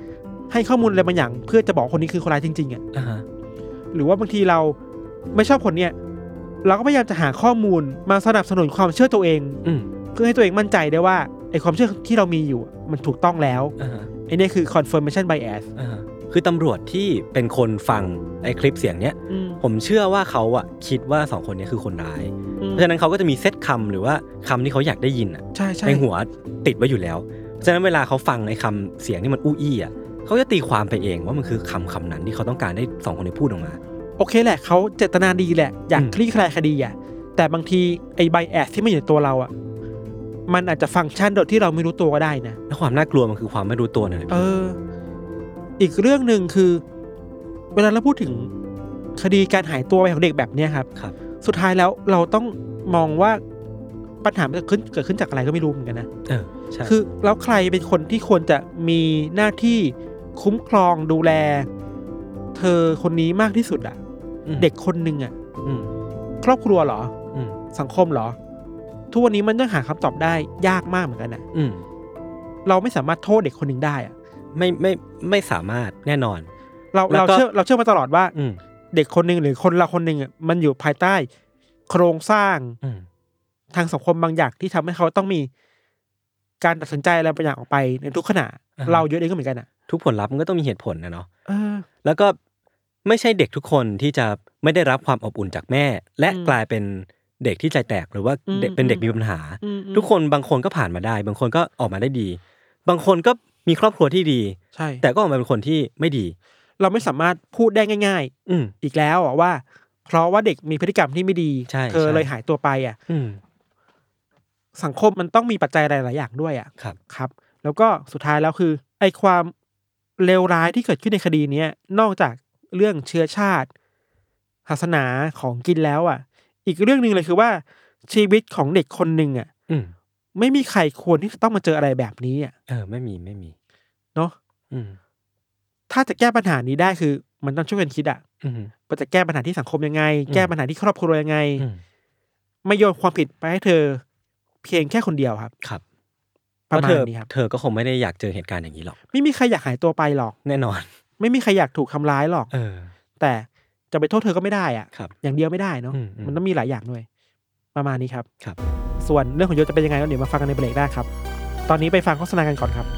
ให้ข้อมูลอะไรบางอย่างเพื่อจะบอกคนนี้คือคนร้ายจริงๆอ่ะ uh-huh. หรือว่าบางทีเราไม่ชอบคนเนี้ยเราก็พยายามจะหาข้อมูลมาสนับสนุนความเชื่อตัวเองเพื่อให้ตัวเองมั่นใจได้ว่าไอ้ความเชื่อที่เรามีอยู่มันถูกต้องแล้ว uh-huh. ไอ้นี่คือ confirmation bias uh-huh. คือตำรวจที่เป็นคนฟังไอ้คลิปเสียงเนี้ยผมเชื่อว่าเขาอะคิดว่าสองคนนี้คือคนร้ายเพราะฉะนั้นเขาก็จะมีเซตคำหรือว่าคำที่เขาอยากได้ยินอะในหัวติดไว้อยู่แล้วเพราะฉะนั้นเวลาเขาฟังไอ้คำเสียงที่มันอู้อี้อะเขาจะตีความไปเองว่ามันคือคำคำนั้นที่เขาต้องการให้สองคนนี้พูดออกมาโอเคแหละเขาเจตนาดีแหละอยากคลี่คลายคดีอะแต่บางทีไอ้ไบแอสที่มันอยู่ในตัวเราอะมันอาจจะฟังก์ชันโดยที่เราไม่รู้ตัวก็ได้นะแล้วความน่ากลัวมันคือความไม่รู้ตัวนั่นแหละเอออีกเรื่องนึงคือเวลาเราพูดถึงคดีการหายตัวไปของเด็กแบบเนี้ยครับครับสุดท้ายแล้วเราต้องมองว่าปัญหามันเกิดขึ้นเกิดขึ้นจากอะไรก็ไม่รู้เหมือนกันนะเออใช่คือแล้วใครเป็นคนที่ควรจะมีหน้าที่คุ้มครองดูแลเธอคนนี้มากที่สุดอ่ะเด็กคนนึงอ่ะครอบครัวเหรอสังคมเหรอทุกวันนี้มันยังหาคำตอบได้ยากมากเหมือนกันนะเราไม่สามารถโทษเด็กคนนึงได้อ่ะไม่ไม่ไม่สามารถแน่นอนเราเราเชื่อเราเชื่อมาตลอดว่าเด็กคนนึงหรือคนละคนนึงอ่ะมันอยู่ภายใต้โครงสร้างทางสังคมบางอย่างที่ทำให้เขาต้องมีการตัดสินใจอะไรบางอย่างออกไปในทุกขณะเราเยอะเองก็เหมือนกันอ่ะทุกผลลัพธ์มันก็ต้องมีเหตุผลนะเนาะแล้วก็ไม่ใช่เด็กทุกคนที่จะไม่ได้รับความอบอุ่นจากแม่และกลายเป็นเด็กที่ใจแตกหรือว่าเด็กเป็นเด็กมีปัญหาทุกคนบางคนก็ผ่านมาได้บางคนก็ออกมาได้ดีบางคนก็มีครอบครัวที่ดีใช่แต่ก็ออกมาเป็นคนที่ไม่ดีเราไม่สามารถพูดได้ง่ายๆ อ, อีกแล้วอ่ะว่าเพราะว่าเด็กมีพฤติกรรมที่ไม่ดีเธอเลยหายตัวไปอ่ะสังคมมันต้องมีปัจจัยหลายๆอย่างด้วยอ่ะครับครับแล้วก็สุดท้ายแล้วคือไอ้ความเลวร้ายที่เกิดขึ้นในคดีนี้นอกจากเรื่องเชื้อชาติศาสนาของกินแล้วอ่ะอีกเรื่องนึงเลยคือว่าชีวิตของเด็กคนนึงอ่ะไม่มีใครควรที่จะต้องมาเจออะไรแบบนี้อ่ะเออไม่มีไม่มีเนาะถ้าจะแก้ปัญหานี้ได้คือมันต้องช่วยกันคิดอ่ะว่าจะแก้ปัญหาที่สังคมยังไงแก้ปัญหาที่ครอบครัวยังไงไม่โยนความผิดไปให้เธอเพียงแค่คนเดียวครับครับประมาณนี้ครับเธอก็คงไม่ได้อยากเจอเหตุการณ์อย่างนี้หรอกไม่มีใครอยากหายตัวไปหรอกแน่นอนไม่มีใครอยากถูกทำร้ายหรอกเออแต่จะไปโทษเธอก็ไม่ได้อ่ะครับอย่างเดียวไม่ได้เนาะมันต้องมีหลายอย่างด้วยประมาณนี้ครับครับส่วนเรื่องของโยจะเป็นยังไงก็เดี๋ยวมาฟังกันในเบรกได้ครับตอนนี้ไปฟังโฆษณากันก่อนครับ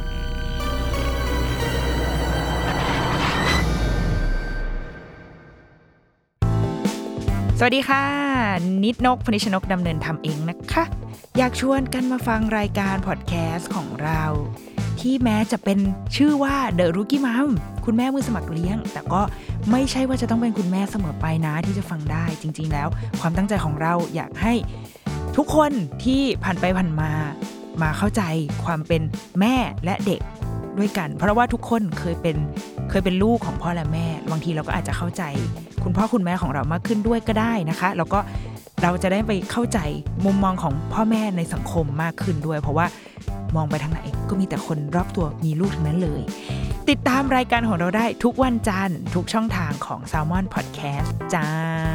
สวัสดีค่ะนิดนกพนิชนกดำเนินทำเองนะคะอยากชวนกันมาฟังรายการพอดแคสต์ของเราที่แม้จะเป็นชื่อว่า The Rookie Mom คุณแม่มือสมัครเลี้ยงแต่ก็ไม่ใช่ว่าจะต้องเป็นคุณแม่เสมอไปนะที่จะฟังได้จริงๆแล้วความตั้งใจของเราอยากให้ทุกคนที่ผ่านไปผ่านมามาเข้าใจความเป็นแม่และเด็กด้วยกันเพราะว่าทุกคนเคยเป็นเคยเป็นลูกของพ่อและแม่บางทีเราก็อาจจะเข้าใจคุณพ่อคุณแม่ของเรามากขึ้นด้วยก็ได้นะคะแล้วก็เราจะได้ไปเข้าใจมุมมองของพ่อแม่ในสังคมมากขึ้นด้วยเพราะว่ามองไปทางไหนก็มีแต่คนรอบตัวมีลูกทั้งนั้นเลยติดตามรายการของเราได้ทุกวันจันทร์ทุกช่องทางของ Salmon Podcast จ้า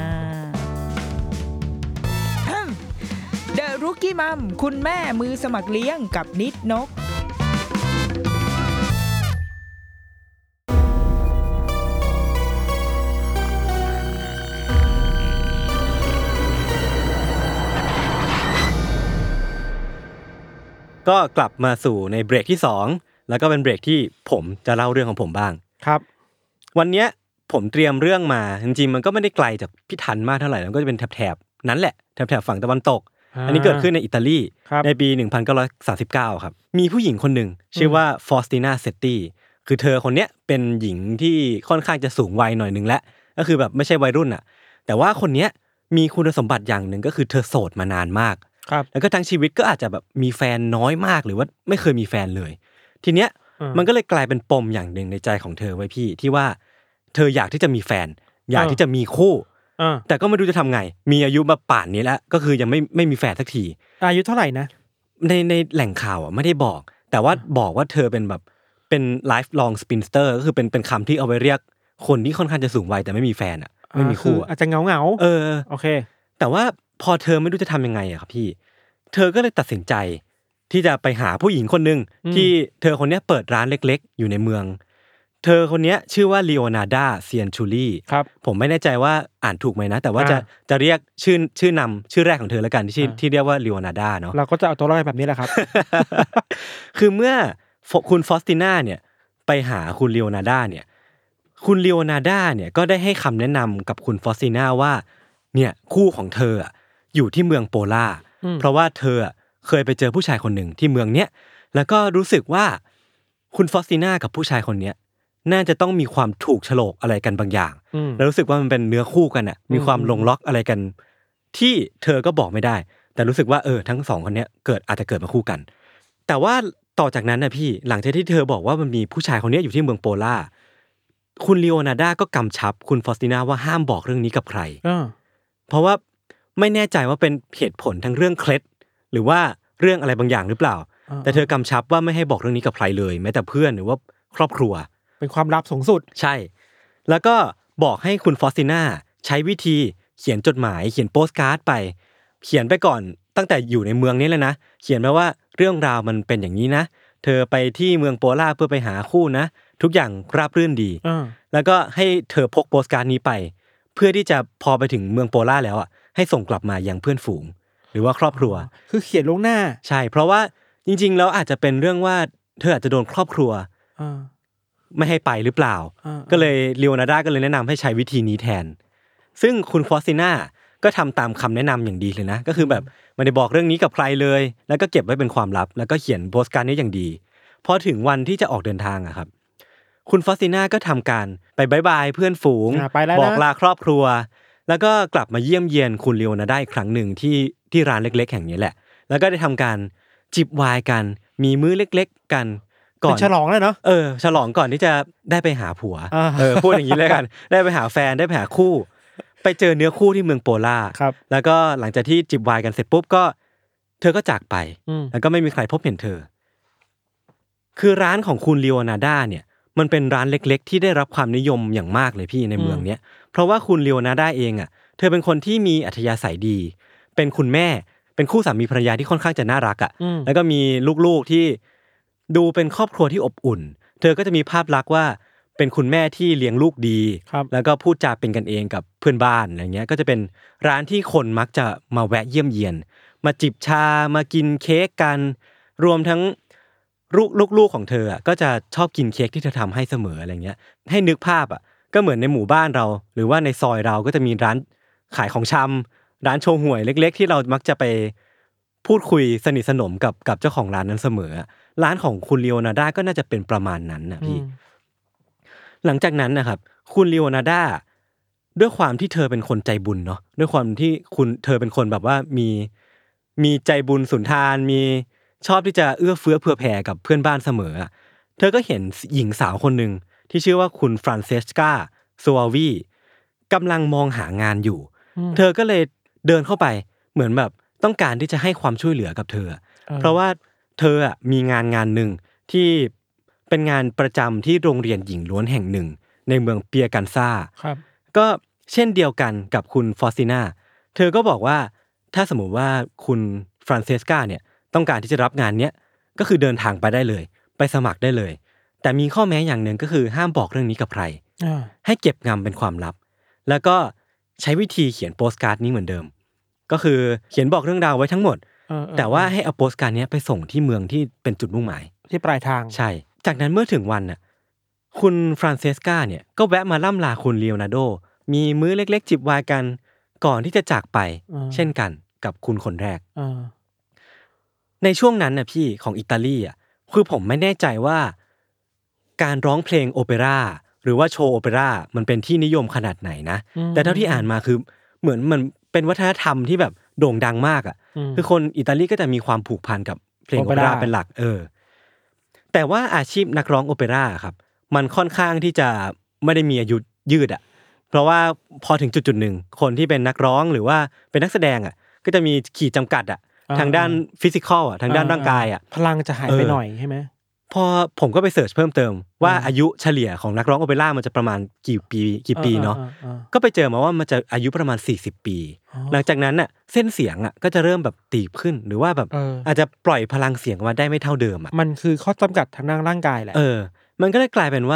The Rookie Mom คุณแม่มือสมัครเลี้ยงกับนิดนกก็กลับมาสู่ในเบรกที่สองแล้วก็เป็นเบรกที่ผมจะเล่าเรื่องของผมบ้างครับวันนี้ผมเตรียมเรื่องมาจริงๆมันก็ไม่ได้ไกลจากพี่ทันมากเท่าไหร่มันก็จะเป็นแถบๆนั้นแหละแถบๆฝั่งตะวันตก อ, อันนี้เกิดขึ้นในอิตาลีในปีหนึ่งพันเก้าร้อยสามสิบเก้าครับมีผู้หญิงคนหนึ่งชื่อว่าฟอสตินาเซตตี้คือเธอคนเนี้ยเป็นหญิงที่ค่อนข้างจะสูงวัยหน่อยนึงแล้วก็คือแบบไม่ใช่วัยรุ่นอ่ะแต่ว่าคนเนี้ยมีคุณสมบัติอย่างนึงก็คือเธอโสดมานานมากแล้วก็ทั้งชีวิตก็อาจจะแบบมีแฟนน้อยมากหรือว่าไม่เคยมีแฟนเลยทีเนี้ยมันก็เลยกลายเป็นปมอย่างนึงในใจของเธอไว้พี่ที่ว่าเธออยากที่จะมีแฟนอยากที่จะมีคู่แต่ก็ไม่รู้จะทำไงมีอายุมาป่านนี้แล้วก็คือยังไม่ไม่มีแฟนสักทีอายุเท่าไหร่นะในในแหล่งข่าวอ่ะไม่ได้บอกแต่ว่าบอกว่าเธอเป็นแบบเป็น lifelong spinster ก็คือเป็นเป็นคำที่เอาไว้เรียกคนที่ค่อนข้างจะสูงวัยแต่ไม่มีแฟนอ่ะไม่มีคู่อาจจะเงาเงาเออโอเคแต่ว่าพอเธอไม่รู้จะทำยังไงอะครับพี่เธอก็เลยตัดสินใจที่จะไปหาผู้หญิงคนนึงที่เธอคนนี้เปิดร้านเล็กๆอยู่ในเมืองเธอคนนี้ชื่อว่าลีโอนาร์ดาเซียนชูลี่ครับผมไม่แน่ใจว่าอ่านถูกไหมนะแต่ว่าจะจะเรียกชื่อชื่อนำชื่อแรกของเธอแล้วกันที่ที่เรียกว่าลีโอนาร์ดาเนาะเราก็จะเอาตัวรอดแบบนี้แหละครับคือเมื่อคุณฟอสติน่าเนี่ยไปหาคุณลีโอนาร์ดาเนี่ยคุณลีโอนาร์ดาเนี่ยก็ได้ให้คำแนะนำกับคุณฟอสติน่าว่าเนี่ยคู่ของเธออยู่ที่เมืองโปล่าเพราะว่าเธอเคยไปเจอผู้ชายคนหนึ่งที่เมืองเนี้ยแล้วก็รู้สึกว่าคุณฟอสติน่ากับผู้ชายคนเนี้ยน่าจะต้องมีความถูกโฉลกอะไรกันบางอย่างแล้วรู้สึกว่ามันเป็นเนื้อคู่กันอ่ะมีความลงล็อกอะไรกันที่เธอก็บอกไม่ได้แต่รู้สึกว่าเออทั้งสองคนเนี้ยเกิดอาจจะเกิดมาคู่กันแต่ว่าต่อจากนั้นนะพี่หลังจากที่เธอบอกว่ามันมีผู้ชายคนนี้อยู่ที่เมืองโปล่าคุณลีโอนาร์ดาก็กำชับคุณฟอสติน่าว่าห้ามบอกเรื่องนี้กับใครเพราะว่าไม่แน่ใจว่าเป็นเหตุผลทั้งเรื่องเคล็ดหรือว่าเรื่องอะไรบางอย่างหรือเปล่าแต่เธอกำชับว่าไม่ให้บอกเรื่องนี้กับใครเลยแม้แต่เพื่อนหรือว่าครอบครัวเป็นความลับสูงสุดใช่แล้วก็บอกให้คุณฟอสติน่าใช้วิธีเขียนจดหมายเขียนโปสการ์ดไปเขียนไปก่อนตั้งแต่อยู่ในเมืองนี้เลยนะเขียนไปว่าเรื่องราวมันเป็นอย่างนี้นะเธอไปที่เมืองโปล่าเพื่อไปหาคู่นะทุกอย่างราบรื่นดีแล้วก็ให้เธอพกโปสการ์ดนี้ไปเพื่อที่จะพอไปถึงเมืองโปล่าแล้วอ่ะให้ส่งกลับมายังเพื่อนฝูงหรือว่าครอบครัวคือเขียนล่วงหน้าใช่เพราะว่าจริงๆแล้วอาจจะเป็นเรื่องว่าเธออาจจะโดนครอบครัวไม่ให้ไปหรือเปล่าก็เลยลีโอนาร์ดาก็เลยแนะนำให้ใช้วิธีนี้แทนซึ่งคุณฟอสติน่าก็ทำตามคำแนะนำอย่างดีเลยนะก็คือแบบไม่ได้บอกเรื่องนี้กับใครเลยแล้วก็เก็บไว้เป็นความลับแล้วก็เขียนโปสการ์ดนี้อย่างดีพอถึงวันที่จะออกเดินทางอะครับคุณฟอสติน่าก็ทำการไปบายบายเพื่อนฝูงบอกลาครอบครัวแล้วก็กลับมาเยี่ยมเยียนคุณลีโอนาร์ดาอีกครั้งหนึ่งที่ที่ร้านเล็กๆแห่งนี้แหละแล้วก็ได้ทำการจิบไวน์กันมีมื้อเล็กๆกันก่อนฉลองเลยเนาะเออฉลองก่อนที่จะได้ไปหาผัวเออพูดอย่างนี้เลยกันได้ไปหาแฟนได้ไปหาคู่ไปเจอเนื้อคู่ที่เมืองโปล่าแล้วก็หลังจากที่จิบไวน์กันเสร็จปุ๊บก็เธอก็จากไปแล้วก็ไม่มีใครพบเห็นเธอคือร้านของคุณลีโอนาร์ดาเนี่ยมันเป็นร้านเล็กๆที่ได้รับความนิยมอย่างมากเลยพี่ในเมืองเนี้ยเพราะว่าคุณลีโอนาร์ดาเองอ่ะเธอเป็นคนที่มีอัธยาศัยดีเป็นคุณแม่เป็นคู่สามีภรรยาที่ค่อนข้างจะน่ารักอ่ะแล้วก็มีลูกๆที่ดูเป็นครอบครัวที่อบอุ่นเธอก็จะมีภาพลักษณ์ว่าเป็นคุณแม่ที่เลี้ยงลูกดีแล้วก็พูดจาเป็นกันเองกับเพื่อนบ้านอะไรเงี้ยก็จะเป็นร้านที่คนมักจะมาแวะเยี่ยมเยียนมาจิบชามากินเค้กกันรวมทั้งลูกลูกๆของเธออ่ะก็จะชอบกินเค้กที่เธอทำให้เสมออะไรเงี้ยให้นึกภาพอ่ะก็เหมือนในหมู่บ้านเราหรือว่าในซอยเราก็จะมีร้านขายของชำร้านโชห่วยเล็กๆที่เรามักจะไปพูดคุยสนิทสนมกับกับเจ้าของร้านนั้นเสมอร้านของคุณลีโอนาร์ดาก็น่าจะเป็นประมาณนั้นนะพี่หลังจากนั้นนะครับคุณลีโอนาร์ดาด้วยความที่เธอเป็นคนใจบุญเนาะด้วยความที่คุณเธอเป็นคนแบบว่ามีมีใจบุญสุนทานมีชอบที่จะเอื้อเฟื้อเผื่อแผ่กับเพื่อนบ้านเสมอเธอก็เห็นหญิงสาวคนหนึ่งที่ชื่อว่าคุณฟรานเซสกาโซวาวีกำลังมองหางานอยู่เธอก็เลยเดินเข้าไปเหมือนแบบต้องการที่จะให้ความช่วยเหลือกับเธอเพราะว่าเธออ่ะมีงานงานหนึ่งที่เป็นงานประจำที่โรงเรียนหญิงล้วนแห่งหนึ่งในเมืองเปียกันซ่าก็เช่นเดียวกันกับคุณฟอสติน่าเธอก็บอกว่าถ้าสมมุติว่าคุณฟรานเซสกาเนี่ยต้องการที่จะรับงานเนี้ยก็คือเดินทางไปได้เลยไปสมัครได้เลยแต่มีข้อแม้อย่างหนึ่งก็คือห้ามบอกเรื่องนี้กับใครให้เก็บงำเป็นความลับแล้วก็ใช้วิธีเขียนโปสการ์ดนี้เหมือนเดิมก็คือเขียนบอกเรื่องราวไว้ทั้งหมดแต่ว่าให้เอาโปสการ์ดนี้ไปส่งที่เมืองที่เป็นจุดมุ่งหมายที่ปลายทางใช่จากนั้นเมื่อถึงวันน่ะคุณฟรานเซสกาเนี่ยก็แวะมาล่ำลาคุณลีโอนาร์โดมีมื้อเล็กๆจิบไวน์กันก่อนที่จะจากไปเช่นกันกับคุณคนแรกในช่วงนั้นน่ะพี่ของอิตาลีอ่ะคือผมไม่แน่ใจว่าการร้องเพลงโอเปร่าหรือว่าโชว์โอเปร่ามันเป็นที่นิยมขนาดไหนนะแต่เท่าที่อ่านมาคือเหมือนมันเป็นวัฒนธรรมที่แบบโด่งดังมากอ่ะคือคนอิตาลีก็จะมีความผูกพันกับเพลงโอเปร่าเป็นหลักเออแต่ว่าอาชีพนักร้องโอเปร่าครับมันค่อนข้างที่จะไม่ได้มีอายุยืดอ่ะเพราะว่าพอถึงจุดๆนึงคนที่เป็นนักร้องหรือว่าเป็นนักแสดงอ่ะก็จะมีขีดจำกัดอ่ะทางด้านฟิสิกอลอ่ะทางด้านร่างกายอ่ะพลังจะหายไปหน่อยใช่ไหมพอผมก็ไปเสิร์ชเพิ่มเติมว่าอายุเฉลี่ยของนักร้องโอเปร่ามันจะประมาณกี่ปีกี่ปีเนาะก็ไปเจอมาว่ามันจะอายุประมาณสี่สิบปีหลังจากนั้นน่ะเส้นเสียงอ่ะก็จะเริ่มแบบตีบขึ้นหรือว่าแบบอาจจะปล่อยพลังเสียงมาได้ไม่เท่าเดิมอ่ะมันคือข้อจำกัดทางด้านร่างกายแหละเออมันก็เลยกลายเป็นว่า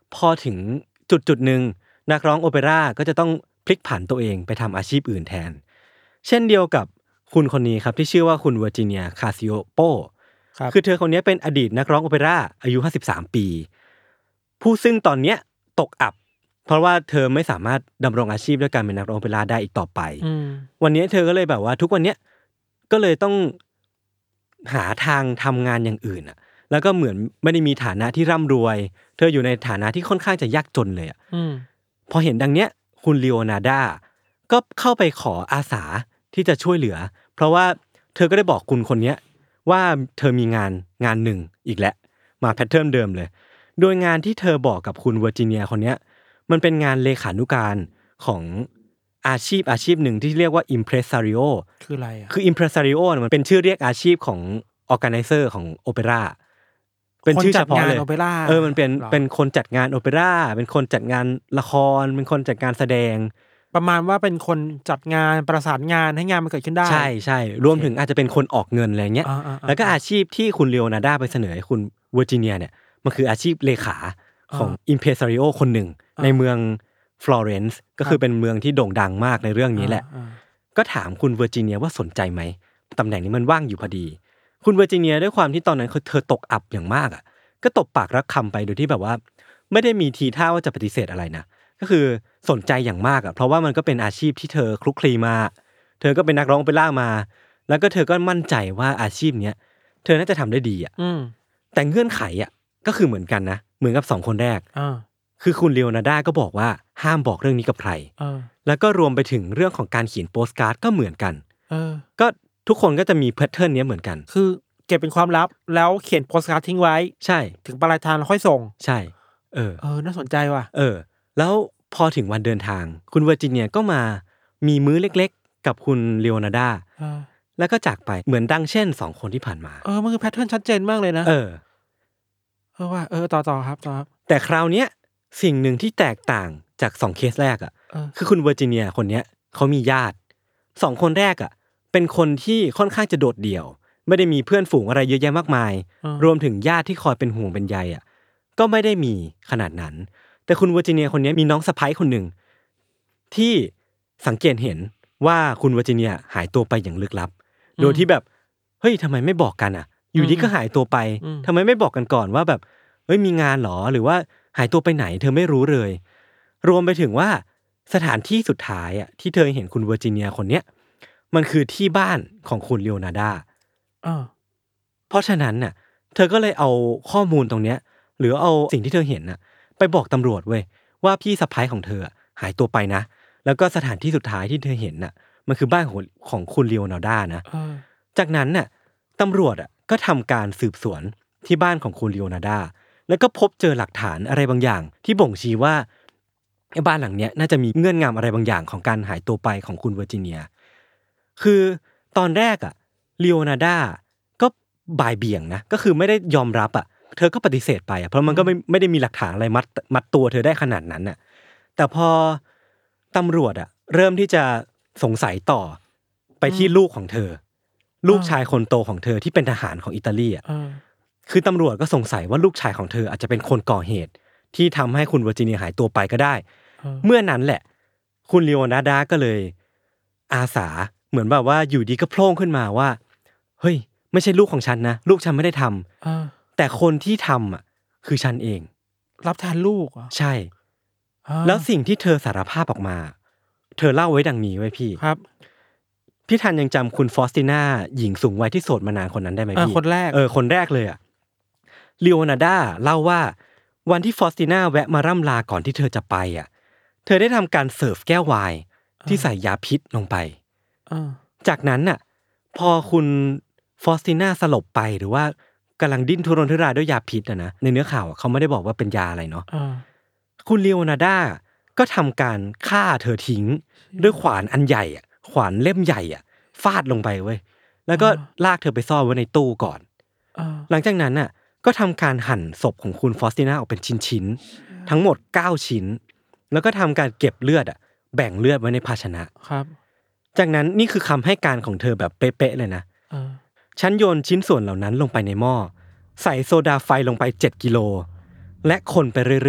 พอถึงจุดจุดหนึ่งนักร้องโอเปร่าก็จะต้องพลิกผันตัวเองไปทำอาชีพอื่นแทนเช่นเดียวกับคุณคนนี้ครับที่ชื่อว่าคุณเวอร์จิเนียคาซิโอโปคือเธอคนนี้เป็นอดีตนักร้องโอเปร่าอายุห้าสิบสามปีผู้ซึ่งตอนเนี้ยตกอับเพราะว่าเธอไม่สามารถดำรงอาชีพด้วยการเป็นนักร้องโอเปร่าได้อีกต่อไปวันนี้เธอก็เลยแบบว่าทุกวันเนี้ยก็เลยต้องหาทางทำงานอย่างอื่นอ่ะแล้วก็เหมือนไม่ได้มีฐานะที่ร่ำรวยเธออยู่ในฐานะที่ค่อนข้างจะยากจนเลยอ่ะพอเห็นดังเนี้ยคุณลีโอนาร์ดาก็เข้าไปขออาสาที่จะช่วยเหลือเพราะว่าเธอก็ได้บอกคุณคนนี้ว่าเธอมีงานงานหนึ่งอีกแล้วมาแพทเทิร์นเดิมเลยโดยงานที่เธอบอกกับคุณเวอร์จิเนียคนนี้มันเป็นงานเลขานุการของอาชีพอาชีพหนึ่งที่เรียกว่า impresario คืออะไรอ่ะคือ impresario มันเป็นชื่อเรียกอาชีพของ organizer ของโอเปร่าเป็นชื่อเฉพาะเลยเออมันเป็นเป็นคนจัดงานโอเปร่าเป็นคนจัดงานละครเป็นคนจัดงานแสดงประมาณว่าเป็นคนจัดงานประสานงานให้งานมันเกิดขึ้นได้ใช่ใช่รวมถึงอาจจะเป็นคนออกเงินอะไรเงี้ยแล้วก็อาชีพที่คุณลีโอนาร์ดาไปเสนอให้คุณเวอร์จิเนียเนี่ยมันคืออาชีพเลขาของอิมเพรสาริโอคนหนึ่งในเมืองฟลอเรนซ์ก็คือเป็นเมืองที่โด่งดังมากในเรื่องนี้แหละก็ถามคุณเวอร์จิเนียว่าสนใจไหมตำแหน่งนี้มันว่างอยู่พอดีคุณเวอร์จิเนียด้วยความที่ตอนนั้นเธอตกอับอย่างมากอ่ะก็ตบปากรับคำไปโดยที่แบบว่าไม่ได้มีทีท่าว่าจะปฏิเสธอะไรนะก็คือสนใจอย่างมากอ่ะเพราะว่ามันก็เป็นอาชีพที่เธอคลุกคลีมาเธอก็เป็นนักร้องโอเปร่ามาแล้วก็เธอก็มั่นใจว่าอาชีพเนี้ยเธอน่าจะทำได้ดีอ่ะแต่เงื่อนไขอ่ะก็คือเหมือนกันนะเหมือนกับสองคนแรกคือคุณลีโอนาร์ดาก็บอกว่าห้ามบอกเรื่องนี้กับใครแล้วก็รวมไปถึงเรื่องของการเขียนโปสการ์ดก็เหมือนกันก็ทุกคนก็จะมีแพทเทิร์นนี้เหมือนกันคือเก็บเป็นความลับแล้วเขียนโปสการ์ดทิ้งไว้ใช่ถึงปลายทางแล้วค่อยส่งใช่เออเออน่าสนใจว่ะเออแล้วพอถึงวันเดินทางคุณเวอร์จิเนียก็มามีมื้อเล็กๆกับคุณลีโอนาร์ดาแล้วก็จากไปเหมือนดังเช่นสองคนที่ผ่านมาเออมันคือแพทเทิร์นชัดเจนมากเลยนะเออเออว่าเออต่อต่อครับต่อครับแต่คราวเนี้ยสิ่งหนึ่งที่แตกต่างจากสองเคสแรกอ่ะคือคุณเวอร์จิเนียคนเนี้ยเขามีญาติสองคนแรกอ่ะเป็นคนที่ค่อนข้างจะโดดเดี่ยวไม่ได้มีเพื่อนฝูงอะไรเยอะแยะมากมายรวมถึงญาติที่คอยเป็นห่วงเป็นใยอ่ะก็ไม่ได้มีขนาดนั้นแต่คุณเวอร์จิเนียคนนี้มีน้องสะใภ้คนหนึ่งที่สังเกตเห็นว่าคุณเวอร์จิเนียหายตัวไปอย่างลึกลับโดยที่แบบเฮ้ยทำไมไม่บอกกันอ่ะอยู่ดีก็หายตัวไปทำไมไม่บอกกันก่อนว่าแบบเฮ้ยมีงานหรอหรือว่าหายตัวไปไหนเธอไม่รู้เลยรวมไปถึงว่าสถานที่สุดท้ายอ่ะที่เธอเห็นคุณเวอร์จิเนียคนเนี้ยมันคือที่บ้านของคุณลีโอนาร์ดาเพราะฉะนั้นน่ะเธอก็เลยเอาข้อมูลตรงเนี้ยหรือเอาสิ่งที่เธอเห็นน่ะไปบอกตำรวจเว้ยว่าพี่สะใภ้ของเธอหายตัวไปนะแล้วก็สถานที่สุดท้ายที่เธอเห็นน่ะมันคือบ้านของของคุณลีโอนาร์ดานะจากนั้นน่ะตำรวจอ่ะก็ทำการสืบสวนที่บ้านของคุณลีโอนาร์ดาแล้วก็พบเจอหลักฐานอะไรบางอย่างที่บ่งชี้ว่าไอ้บ้านหลังเนี้ยน่าจะมีเงื่อนงำอะไรบางอย่างของการหายตัวไปของคุณเวอร์จิเนียคือตอนแรกอ่ะลีโอนาร์ดาก็บ่ายเบี่ยงนะก็คือไม่ได้ยอมรับอ่ะเธอก็ปฏิเสธไปอ่ะเพราะมันก็ไม่ไม่ได้มีหลักฐานอะไรมัดมัดตัวเธอได้ขนาดนั้นน่ะแต่พอตำรวจอ่ะเริ่มที่จะสงสัยต่อไปที่ลูกของเธอลูกชายคนโตของเธอที่เป็นทหารของอิตาลีอ่ะคือตำรวจก็สงสัยว่าลูกชายของเธออาจจะเป็นคนก่อเหตุที่ทำให้คุณเวอร์จิเนียหายตัวไปก็ได้เมื่อนั้นแหละคุณลีโอนาร์ดาก็เลยอาสาเหมือนแบบว่าอยู่ดีก็โผล่ขึ้นมาว่าเฮ้ยไม่ใช่ลูกของฉันนะลูกฉันไม่ได้ทำแต่คนที่ทำอ่ะคือฉันเองรับแทนลูกอ่ะใช่แล้วสิ่งที่เธอสารภาพออกมาเธอเล่าไว้ดังนี้ไว้พี่ครับพี่ทันยังจำคุณฟอสติน่าหญิงสูงวัยที่โสดมานานคนนั้นได้ไหมพี่คนแรกเออคนแรกเลยอ่ะลีโอนาร์ดาเล่าว่าวันที่ฟอสติน่าแวะมาร่ำลาก่อนที่เธอจะไปอ่ะเธอได้ทำการเสิร์ฟแก้วไวน์ที่ใส่ยาพิษลงไปจากนั้นน่ะพอคุณฟอสติน่าสลบไปหรือว่ากำลังดิ้นทุรนทุรายด้วยยาพิษอ่ะนะในเนื้อข่าวเขาไม่ได้บอกว่าเป็นยาอะไรเนาะคุณลีโอนาร์ดาก็ทำการฆ่าเธอทิ้งด้วยขวานอันใหญ่อ่ะขวานเล่มใหญ่อ่ะฟาดลงไปเว้ยแล้วก็ลากเธอไปซ่อนไว้ในตู้ก่อนหลังจากนั้นน่ะก็ทำการหั่นศพของคุณฟอสติน่าออกเป็นชิ้นๆทั้งหมดเก้าชิ้นแล้วก็ทำการเก็บเลือดอ่ะแบ่งเลือดไว้ในภาชนะครับจากนั้นนี่คือคำให้การของเธอแบบเป๊ะๆเลยนะฉันโยนชิ้นส่วนเหล่านั้นลงไปในหม้อใส่โซดาไฟลงไปเจ็ดกิโลและคนไปเรื่อย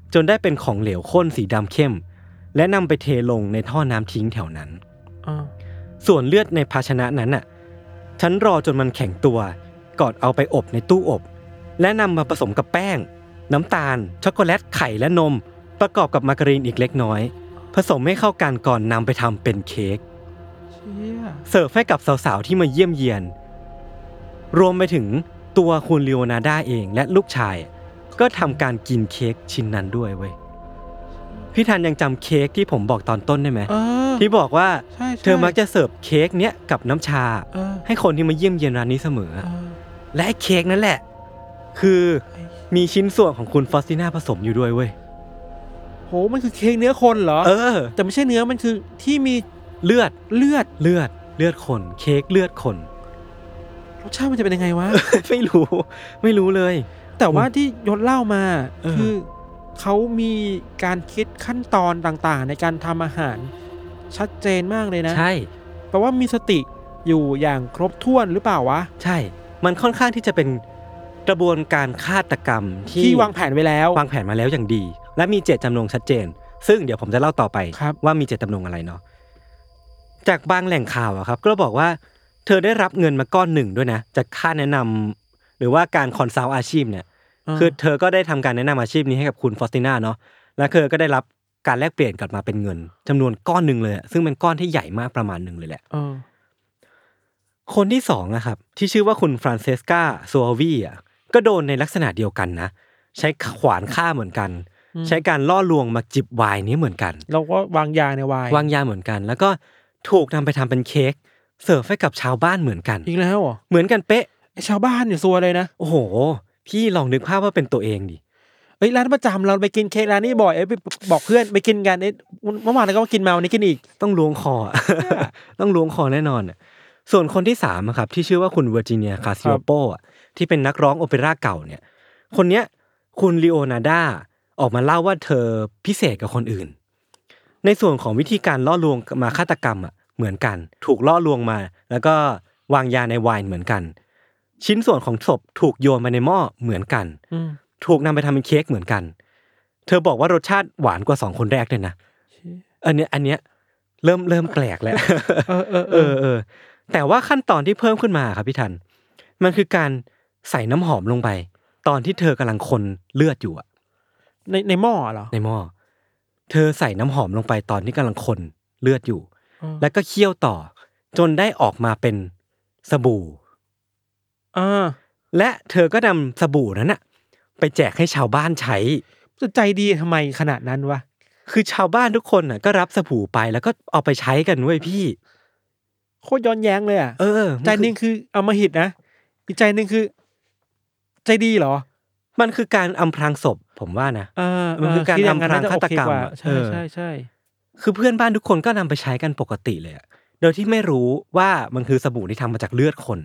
จนได้เป็นของเหลวข้นสีดำเข้มและนำไปเทลงในท่อน้ำทิ้งแถวนั้นส่วนเลือดในภาชนะนั้นน่ะฉันรอจนมันแข็งตัวก่อนเอาไปอบในตู้อบและนำมาผสมกับแป้งน้ำตาลช็อกโกแลตไข่และนมประกอบกับมาการีนอีกเล็กน้อยผสมให้เข้ากันก่อนนำไปทำเป็นเค้กเสิร์ฟให้กับสาวๆที่มาเยี่ยมเยียนรวมไปถึงตัวคุณลีโอนาร์ดาเองและลูกชายก็ทำการกินเค้กชิ้นนั้นด้วยเว้ยพี่ธันยังจำเค้กที่ผมบอกตอนต้นได้ไหมที่บอกว่าเธอมักจะเสิร์ฟเค้กเนี้ยกับน้ำชาให้คนที่มาเยี่ยมเยียนร้านนี้เสมอและไอ้เค้กนั่นแหละคือมีชิ้นส่วนของคุณฟอสติน่าผสมอยู่ด้วยเว้ยโหมันคือเค้กเนื้อคนเหรอเออแต่ไม่ใช่เนื้อมันคือที่มีเลือดเลือดเลือดเลือดคนเค้กเลือดคนรสชาติมันจะเป็นยังไงวะไม่รู้ไม่รู้เลยแต่ว่าที่ยศเล่ามาคือเขามีการคิดขั้นตอนต่างๆในการทำอาหารชัดเจนมากเลยนะใช่แปลว่ามีสติอยู่อย่างครบถ้วนหรือเปล่าวะใช่มันค่อนข้างที่จะเป็นกระบวนการฆาตกรรมที่วางแผนไว้แล้ววางแผนมาแล้วอย่างดีและมีเจตจำนงชัดเจนซึ่งเดี๋ยวผมจะเล่าต่อไปว่ามีเจตจำนงอะไรเนาะจากบางแหล่งข่าวอะครับก็บอกว่าเธอได้รับเงินมาก้อนหนึ่งด้วยนะจากค่าแนะนำหรือว่าการคอนซัลท์อาชีพเนี่ยคือเธอก็ได้ทำการแนะนำอาชีพนี้ให้กับคุณฟอสติน่าเนาะแล้วเธอก็ได้รับการแลกเปลี่ยนกลับมาเป็นเงินจำนวนก้อนหนึ่งเลยซึ่งเป็นก้อนที่ใหญ่มากประมาณหนึ่งเลยแหละคนที่สองอะครับที่ชื่อว่าคุณฟรานเซสกาโซอวีอะก็โดนในลักษณะเดียวกันนะใช้ขวานฆ่าเหมือนกันใช้การล่อลวงมาจิบไวน์นี้เหมือนกันเราก็วางยาในไวน์วางยาเหมือนกันแล้วก็ถูกนำไปทำเป็นเค้กเสิร์ฟให้กับชาวบ้านเหมือนกันอีกแล้วเหรอเหมือนกันเป๊ะไอ้ชาวบ้านเนี่ยซวยเลยนะโอ้โหพี่ลองนึกภาพว่าเป็นตัวเองดิเอ้ยร้านประจำเราไปกินเค้กร้านนี้บ่อยเอ้ยไปบอกเพื่อนไปกินกันเอ้ยเมื่อวานเราก็มากินมาวันนี้กินอีกต้องล้วงคอ ต้องล้วงคอแน่นอนส่วนคนที่สามอะครับที่ชื่อว่าคุณเวอร์จิเนียคาซิโอโปอ่ะที่เป็นนักร้องโอเปร่าเก่าเนี่ยคนเนี้ยคุณลีโอนาร์ดาออกมาเล่าว่าเธอพิเศษกับคนอื่นในส่วนของวิธีการล่อลวงมาฆาตกรรมอ่ะเหมือนกันถูกล่อลวงมาแล้วก็วางยาในไวน์เหมือนกันชิ้นส่วนของศพถูกโยนมาในหม้อเหมือนกันถูกนำไปทำเป็นเค้กเหมือนกันเธอบอกว่ารสชาติหวานกว่าสองคนแรกเลยนะอันเนี้ยอันเนี้ยเริ่มเริ่มแปลกแล้วเออเออเออเออแต่ว่าขั้นตอนที่เพิ่มขึ้นมาครับพี่ทันมันคือการใส่น้ำหอมลงไปตอนที่เธอกำลังคนเลือดอยู่อะในในหม้อเหรอในหม้อเธอใส่น้ำหอมลงไปตอนที่กำลังคนเลือดอยู่แล้วก็เคี่ยวต่อจนได้ออกมาเป็นสบู่อ่าและเธอก็นำสบู่นั้นน่ะไปแจกให้ชาวบ้านใช้จะใจดีทำไมขนาดนั้นวะคือชาวบ้านทุกคนน่ะก็รับสบู่ไปแล้วก็เอาไปใช้กันเว้ยพี่โคตรย้อนแย้งเลยอ่ะเออใจนึงคือเอามาหิดนะอีกใจนึงคือใจดีเหรอมันคือการอำพรางศพผมว่านะเออมันคือการอำพรางฆาตกรรมใช่ใช่ใช่คือเพื่อนบ้านทุกคนก็นำไปใช้กันปกติเลยอ่ะโดยที่ไม่รู้ว่ามันคือสบู่ที่ทำมาจากเลือดคน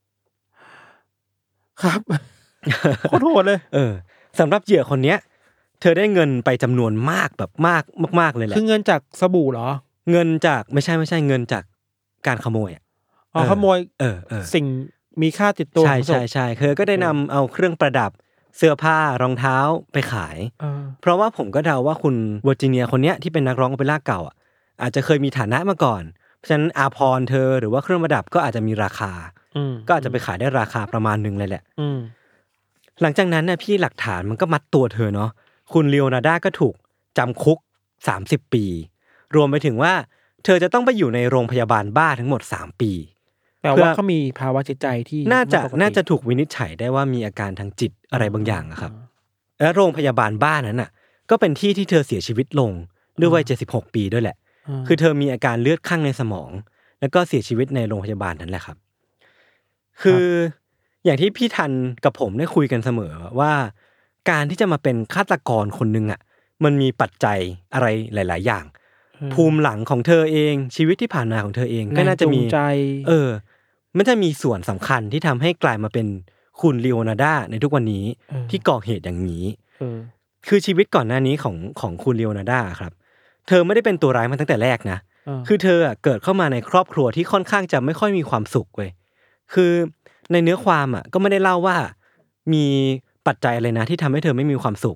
ครับโคตรโหดเลยเออสำหรับเหยื่อคนเนี้ยเธอได้เงินไปจำนวนมากแบบมากมากๆเลยแหละคือเงินจากสบู่เหรอเงินจากไม่ใช่ไม่ใช่เงินจากการขโมยอ่ะอ๋อขโมยเออเออสิ่งมีค่าติดตัวใช่ใช่ใช่เธอก็ได้นำเอาเครื่องประดับเสื้อผ้ารองเท้าไปขายเพราะว่าผมก็เดาว่าคุณเวอร์จิเนียคนเนี้ยที่เป็นนักร้องโอเปร่าเก่าอ่ะอาจจะเคยมีฐานะมาก่อนเพราะฉะนั้นอาภรณ์เธอหรือว่าเครื่องประดับก็อาจจะมีราคาก็อาจจะไปขายได้ราคาประมาณนึงเลยแหละหลังจากนั้นเนี่ยพี่หลักฐานมันก็มัดตัวเธอเนาะคุณลีโอนาร์ดาก็ถูกจำคุกสามสิบปีรวมไปถึงว่าเธอจะต้องไปอยู่ในโรงพยาบาลบ้าทั้งหมดสามปีแปลว่าเขามีภาวะจิตใจที่น่าจะน่าจะถูกวินิจฉัยได้ว่ามีอาการทางจิตอะไรบางอย่างอะครับและโรงพยาบาลบ้านั้นน่ะก็เป็นที่ที่เธอเสียชีวิตลงด้วยวัยเจ็ดสิบหกปีด้วยแหละคือเธอมีอาการเลือดข้างในสมองแล้วก็เสียชีวิตในโรงพยาบาลนั้นแหละครับคืออย่างที่พี่ทันกับผมได้คุยกันเสมอว่าการที่จะมาเป็นฆาตกรคนนึงอ่ะมันมีปัจจัยอะไรหลายๆอย่างภูมิหลังของเธอเองชีวิตที่ผ่านมาของเธอเองก็น่าจะมีเออมันจะมีส่วนสำคัญที่ทำให้กลายมาเป็นคุณลีโอนาร์ดาในทุกวันนี้ที่ก่อเหตุอย่างนี้คือชีวิตก่อนหน้านี้ของของคุณลีโอนาร์ดาครับเธอไม่ได้เป็นตัวร้ายมาตั้งแต่แรกนะคือเธอเกิดเข้ามาในครอบครัวที่ค่อนข้างจะไม่ค่อยมีความสุขเว้ยคือในเนื้อความอ่ะก็ไม่ได้เล่าว่ามีปัจจัยอะไรนะที่ทำให้เธอไม่มีความสุขแ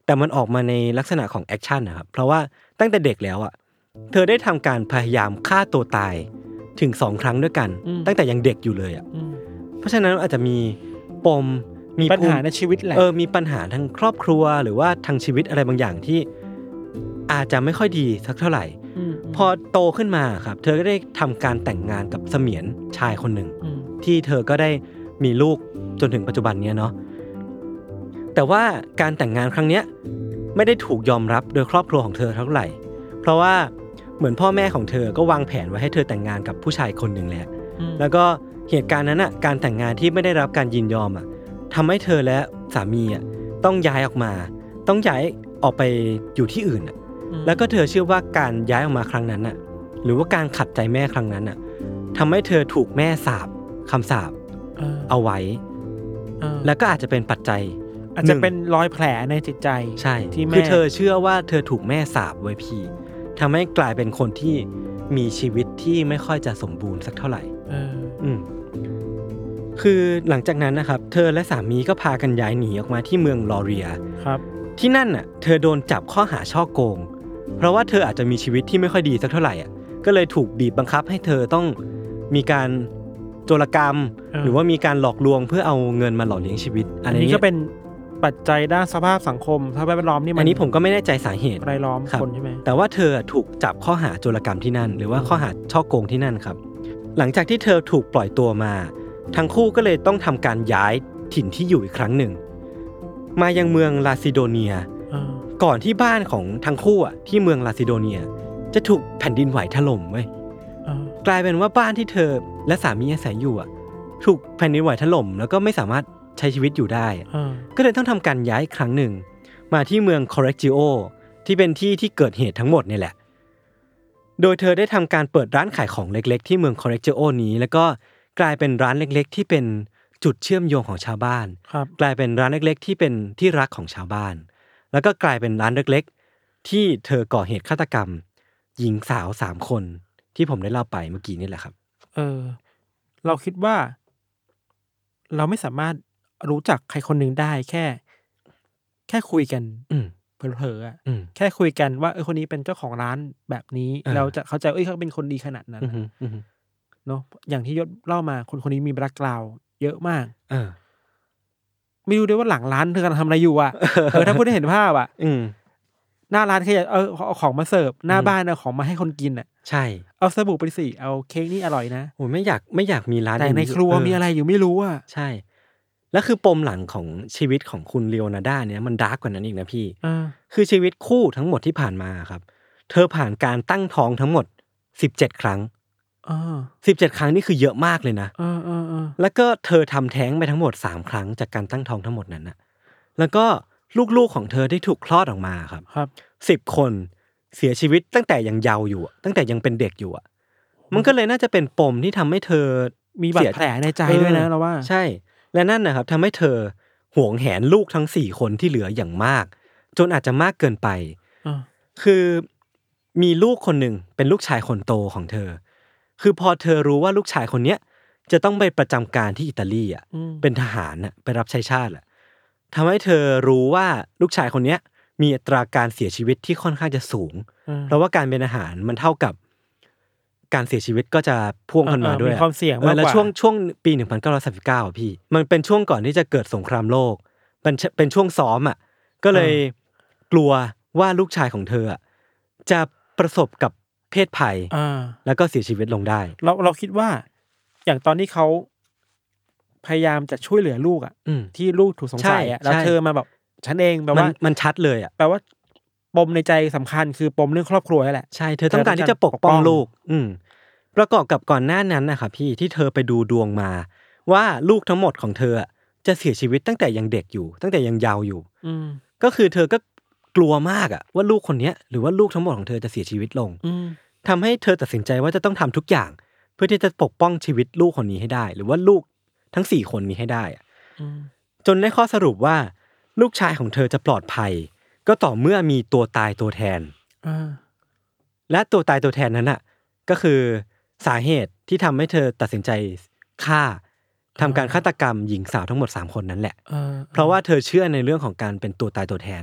แต่มันออกมาในลักษณะของแอคชั่นนะครับเพราะว่าตั้งแต่เด็กแล้วอ่ะเธอได้ทำการพยายามฆ่าตัวตายถึงสองครั้งด้วยกันตั้งแต่ยังเด็กอยู่เลยอ่ะเพราะฉะนั้นอาจจะมีปมมีปัญหาในชีวิตแหละเออมีปัญหาทางครอบครัวหรือว่าทางชีวิตอะไรบางอย่างที่อาจจะไม่ค่อยดีสักเท่าไหร่พอโตขึ้นมาครับเธอก็ได้ทำการแต่งงานกับเสมียนชายคนหนึ่งที่เธอก็ได้มีลูกจนถึงปัจจุบันนี้เนาะแต่ว่าการแต่งงานครั้งนี้ไม่ได้ถูกยอมรับโดยครอบครัวของเธอเท่าไหร่เพราะว่าเหมือนพ่อแม่ของเธอก็วางแผนไว้ให้เธอแต่งงานกับผู้ชายคนหนึ่งแล้วแล้วก็เหตุการณ์นั้นอ่ะการแต่งงานที่ไม่ได้รับการยินยอมอ่ะทำให้เธอและสามีอ่ะต้องย้ายออกมาต้องย้ายออกไปอยู่ที่อื่นอ่ะแล้วก็เธอเชื่อว่าการย้ายออกมาครั้งนั้นอ่ะหรือว่าการขัดใจแม่ครั้งนั้นอ่ะทำให้เธอถูกแม่สาปคำสาปเอาไว้แล้วก็อาจจะเป็นปัจจัยอาจจะเป็นรอยแผลในจิตใจใช่ที่แม่คือเธอเชื่อว่าเธอถูกแม่สาปไว้พี่ทำให้กลายเป็นคนที่มีชีวิตที่ไม่ค่อยจะสมบูรณ์สักเท่าไหร่อืมคือหลังจากนั้นนะครับเธอและสามีก็พากันย้ายหนีออกมาที่เมืองลอเรียครับที่นั่นน่ะเธอโดนจับข้อหาฉ้อโกงเพราะว่าเธออาจจะมีชีวิตที่ไม่ค่อยดีสักเท่าไหร่อ่ะก็เลยถูกบีบบังคับให้เธอต้องมีการโจรกรรมหรือว่ามีการหลอกลวงเพื่อเอาเงินมาหล่อเลี้ยงชีวิตอันนี้ก็เป็นปัจจัยด้านสภาพสังคมสภาพแวดล้อมนี่มันอันนี้ผมก็ไม่แน่ใจสาเหตุรายล้อมคนใช่ไหมแต่ว่าเธอถูกจับข้อหาโจรกรรมที่นั่นหรือว่าข้อหาฉ้อโกงที่นั่นครับหลังจากที่เธอถูกปล่อยตัวมาทั้งคู่ก็เลยต้องทำการย้ายถิ่นที่อยู่อีกครั้งหนึ่งมายังเมืองลาซิโดเนียก่อนที่บ้านของทั้งคู่อ่ะที่เมืองลาซิโดเนียจะถูกแผ่นดินไหวถล่มเว้ยกลายเป็นว่าบ้านที่เธอและสามีอาศัยอยู่อ่ะถูกแผ่นดินไหวถล่มแล้วก็ไม่สามารถใช้ชีวิตอยู่ได้ก็เลยต้องทำการย้ายครั้งหนึ่งมาที่เมืองคอร์เรกจิโอที่เป็นที่ที่เกิดเหตุทั้งหมดนี่แหละโดยเธอได้ทำการเปิดร้านขายของเล็กๆที่เมืองคอร์เรกจิโอนี้แล้วก็กลายเป็นร้านเล็กๆที่เป็นจุดเชื่อมโยงของชาวบ้านกลายเป็นร้านเล็กๆที่เป็นที่รักของชาวบ้านแล้วก็กลายเป็นร้านเล็กๆที่เธอก่อเหตุฆาตกรรมหญิงสาวสามคนที่ผมได้เล่าไปเมื่อกี้นี่แหละครับเออเราคิดว่าเราไม่สามารถรู้จักใครคนหนึ่งได้แค่แค่คุยกันเผลอๆอ่ะแค่คุยกันว่าเออคนนี้เป็นเจ้าของร้านแบบนี้เราจะเข้าใจเอ้ยเขาเป็นคนดีขนาดนั้นเนาะอย่างที่ยศเล่ามาคนคนนี้มีแบ็คกราวด์เยอะมากเออไม่รู้ด้วยว่าหลังร้านเธอกำลังทำอะไรอยู่อ่ะเออถ้าพูดได้เห็นภาพอ่ะหน้าร้านแค่เออเอาของมาเสิร์ฟหน้าบ้านเอาของมาให้คนกินอ่ะใช่เอาสบู่ไปสิเอาเค้กนี่อร่อยนะโอ้ยไม่อยากไม่อยากมีร้านแต่ในครัวมีอะไรอยู่ไม่รู้อ่ะใช่แล้วคือปมหลังของชีวิตของคุณเลโอนาร์ดาเนี่ยมันดาร์กกว่านั้นอีกนะพี่คือชีวิตคู่ทั้งหมดที่ผ่านมาครับเธอผ่านการตั้งท้องทั้งหมดสิบเจ็ดครั้งสิบเจ็ดครั้งนี่คือเยอะมากเลยนะแล้วก็เธอทำแท้งไปทั้งหมดสามครั้งจากการตั้งท้องทั้งหมดนั้นนะแล้วก็ลูกๆของเธอได้ถูกคลอดออกมาครับสิบคนเสียชีวิตตั้งแต่ยังเยาว์อยู่ตั้งแต่ยังเป็นเด็กอยู่อ่ะมันก็เลยน่าจะเป็นปมที่ทำให้เธอมีบาดแผลในใจด้วยนะเราว่าใช่และนั่นนะครับทำให้เธอหวงแหนลูกทั้งสี่คนที่เหลืออย่างมากจนอาจจะมากเกินไปคือมีลูกคนหนึ่งเป็นลูกชายคนโตของเธอคือพอเธอรู้ว่าลูกชายคนเนี้ยจะต้องไปประจำการที่อิตาลีอ่ะเป็นทหารน่ะไปรับใช้ชาติอ่ะทำให้เธอรู้ว่าลูกชายคนเนี้ยมีอัตราการเสียชีวิตที่ค่อนข้างจะสูงเพราะว่าการเป็นทหารมันเท่ากับการเสียชีวิตก็จะพ่วงกันมาด้วยมีความเสี่ยงมากกว่าแล้วช่วงช่วงปีหนึ่งพันเก้าร้อยสามสิบเก้าอ่ะพี่มันเป็นช่วงก่อนที่จะเกิดสงครามโลกเป็นเป็นช่วงซ้อมอ่ะก็เลยกลัวว่าลูกชายของเธออ่ะจะประสบกับเพศภัยแล้วก็เสียชีวิตลงได้เราเราคิดว่าอย่างตอนที่เขาพยายามจะช่วยเหลือลูกอ่ะที่ลูกถูกสงสัยอ่ะแล้วเธอมาแบบฉันเองแปลว่ามันชัดเลยอ่ะแปลว่าปมในใจสำคัญคือปมเรื่องครอบครัวนั่นแหละใช่เธอต้องการที่จะปกป้องลูกอืมประกอบกับก่อนหน้านั้นนะครับพี่ที่เธอไปดูดวงมาว่าลูกทั้งหมดของเธอจะเสียชีวิตตั้งแต่ยังเด็กอยู่ตั้งแต่ยังเยาว์อยู่ก็คือเธอก็กลัวมากอ่ะว่าลูกคนนี้หรือว่าลูกทั้งหมดของเธอจะเสียชีวิตลงทำให้เธอตัดสินใจว่าจะต้องทำทุกอย่างเพื่อที่จะปกป้องชีวิตลูกคนนี้ให้ได้หรือว่าลูกทั้งสี่คนนี้ให้ได้อ่ะจนได้ข้อสรุปว่าลูกชายของเธอจะปลอดภัยก็ต่อเมื่อมีตัวตายตัวแทนและตัวตายตัวแทนนั้นอ่ะก็คือสาเหตุที่ทำให้เธอตัดสินใจฆ่าทำการฆาตกรรมหญิงสาวทั้งหมดสามคนนั้นแหละเพราะว่าเธอเชื่อในเรื่องของการเป็นตัวตายตัวแทน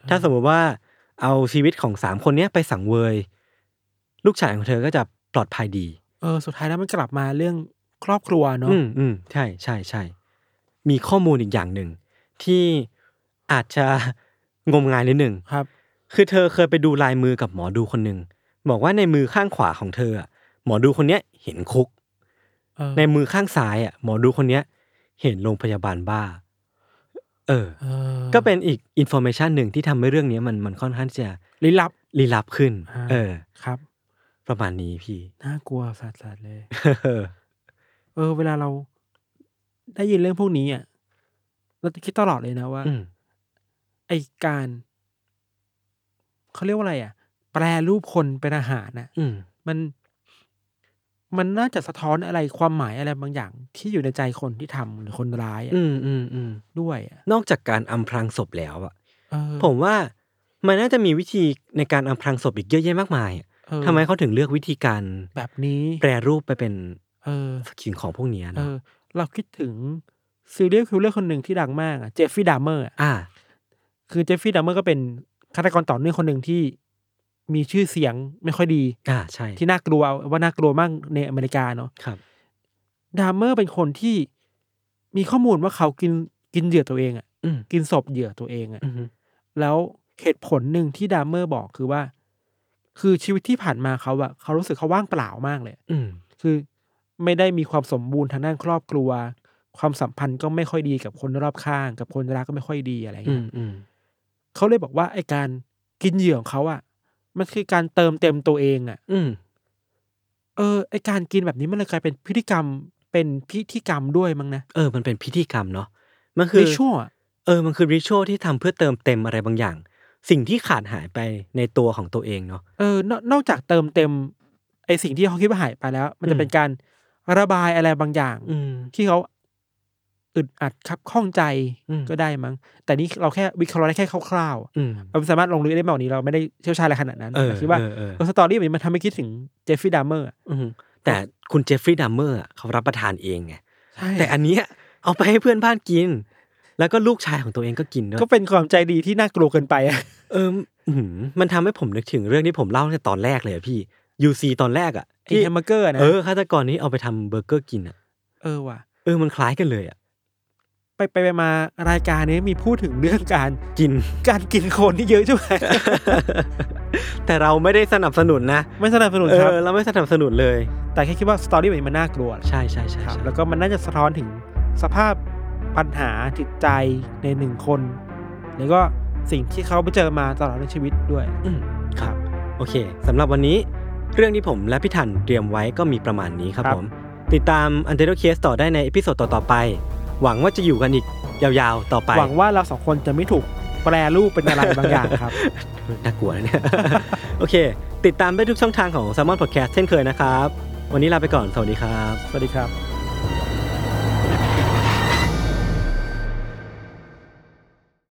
ถ้าสมมุติว่าเอาชีวิตของสามคนนี้ไปสังเวยลูกชายของเธอก็จะปลอดภัยดีเออสุดท้ายแล้วมันกลับมาเรื่องครอบครัวเนาะอืมอืมใช่ใช่ใช่มีข้อมูลอีกอย่างหนึ่งที่อาจจะงมงายนิดหนึ่งครับคือเธอเคยไปดูลายมือกับหมอดูคนหนึ่งบอกว่าในมือข้างขวาของเธอหมอดูคนนี้เห็นคุกในมือข้างซ้ายอ่ะหมอดูคนนี้เห็นโรงพยาบาลบ้าเออก็เป็นอีกอินโฟเมชันหนึ่งที่ทำให้เรื่องนี้มันมันค่อนข้างจะลี้ลับลี้ลับขึ้นเออครับประมาณนี้พี่น่ากลัวสัสๆเลยเออเวลาเราได้ยินเรื่องพวกนี้อ่ะเราจะคิดตลอดเลยนะว่าไอการเขาเรียกว่าอะไรอ่ะแปรรูปคนเป็นอาหารน่ะมันมันน่าจะสะท้อนอะไรความหมายอะไรบางอย่างที่อยู่ในใจคนที่ทำหรือคนร้ายอ่ะอืมอืมอืมด้วยนอกจากการอำพรางศพแล้วอ่ะผมว่ามันน่าจะมีวิธีในการอำพรางศพอีกเยอะแยะมากมายทำไมเขาถึงเลือกวิธีการแบบนี้แปรรูปไปเป็นเออสิ่งของพวกนี้นะเราคิดถึงซีเรียลคิลเลอร์คนหนึ่งที่ดังมากอ่ะเจฟฟี่ดัมเมอร์อ่าคือเจฟฟี่ดัมเมอร์ก็เป็นฆาตกรต่อเนื่องคนหนึ่งที่มีชื่อเสียงไม่ค่อยดีอ่าใช่ที่น่ากลัวว่าน่ากลัวมากในอเมริกาเนาะครับดัมเมอร์เป็นคนที่มีข้อมูลว่าเขากินกินเหยื่อตัวเองอ่ะกินศพเหยื่อตัวเองอ่ะแล้วเหตุผลหนึ่งที่ดัมเมอร์บอกคือว่าคือชีวิตที่ผ่านมาเขาอะเขารู้สึกเขาว่างเปล่ามากเลยคือไม่ได้มีความสมบูรณ์ทางด้านครอบครัวความสัมพันธ์ก็ไม่ค่อยดีกับคนรอบข้างกับคนรักก็ไม่ค่อยดีอะไรอย่างเงี้ยเขาเลยบอกว่าไอ้การกินเหยื่อของเขาอะมันคือการเติมเต็มตัวเองอะเออไอ้การกินแบบนี้มันเลยกลายเป็นพิธีกรรมเป็นพิธีกรรมด้วยมั้งนะเออมันเป็นพิธีกรรมเนาะมันคือริชวลเออมันคือริชวลที่ทำเพื่อเติมเต็มอะไรบางอย่างสิ่งที่ขาดหายไปในตัวของตัวเองเนาะเออนอกจากเติมเต็มไอ้สิ่งที่เขาคิดว่าหายไปแล้วมันจะเป็นการระบายอะไรบางอย่างที่เขาอึดอัดคับข้องใจก็ได้มั้งแต่นี่เราแค่วิเคราะห์ได้แค่คร่าวๆเราสามารถลงลึกได้แบบนี้เราไม่ได้เชี่ยวชาญอะไรขนาดนั้นแต่คิดว่าสตอรี่แบบนี้มันทำให้คิดถึงเจฟฟรีย์ดัมเมอร์แต่คุณเจฟฟรีย์ดัมเมอร์เขารับประทานเองไงแต่อันนี้เอาไปให้เพื่อนบ้านกินแล้วก็ลูกชายของตัวเองก็กินด้วยก็เป็นความใจดีที่น่ากลัวเกินไปอ่ะเออมันทำให้ผมนึกถึงเรื่องที่ผมเล่าในตอนแรกเลยพี่ ยู ซี ตอนแรกอ่ะที่แฮมเบอร์เกอร์นะเออฆาตกรนี้เอาไปทำเบอร์เกอร์กินอ่ะเออว่ะเออมันคล้ายกันเลยอ่ะไปไปมารายการนี้มีพูดถึงเรื่องการกินการกินคนที่เยอะใช่ไหมแต่เราไม่ได้สนับสนุนนะไม่สนับสนุนครับเราไม่สนับสนุนเลยแต่แค่คิดว่าสตอรี่แบบนี้มันน่ากลัวใช่ใช่ใช่แล้วก็มันน่าจะสะท้อนถึงสภาพปัญหาจิตใจในหนึ่งคนแล้วก็สิ่งที่เขาไปเจอมาตลอดในชีวิตด้วยครับโอเคสำหรับวันนี้เรื่องที่ผมและพี่ทันเตรียมไว้ก็มีประมาณนี้ครับผมติดตาม Untitled Case ต่อได้ในเอพิโซดต่อๆไปหวังว่าจะอยู่กันอีกยาวๆต่อไปหวังว่าเราสองคนจะไม่ถูกแปรรูปเป็นอะไรบางอย่างครับน่ากลัวนะเนี่ยโอเคติดตามได้ทุกช่องทางของ Salmon Podcast เช่นเคยนะครับวันนี้ลาไปก่อนสวัสดีครับสวัสดีครับ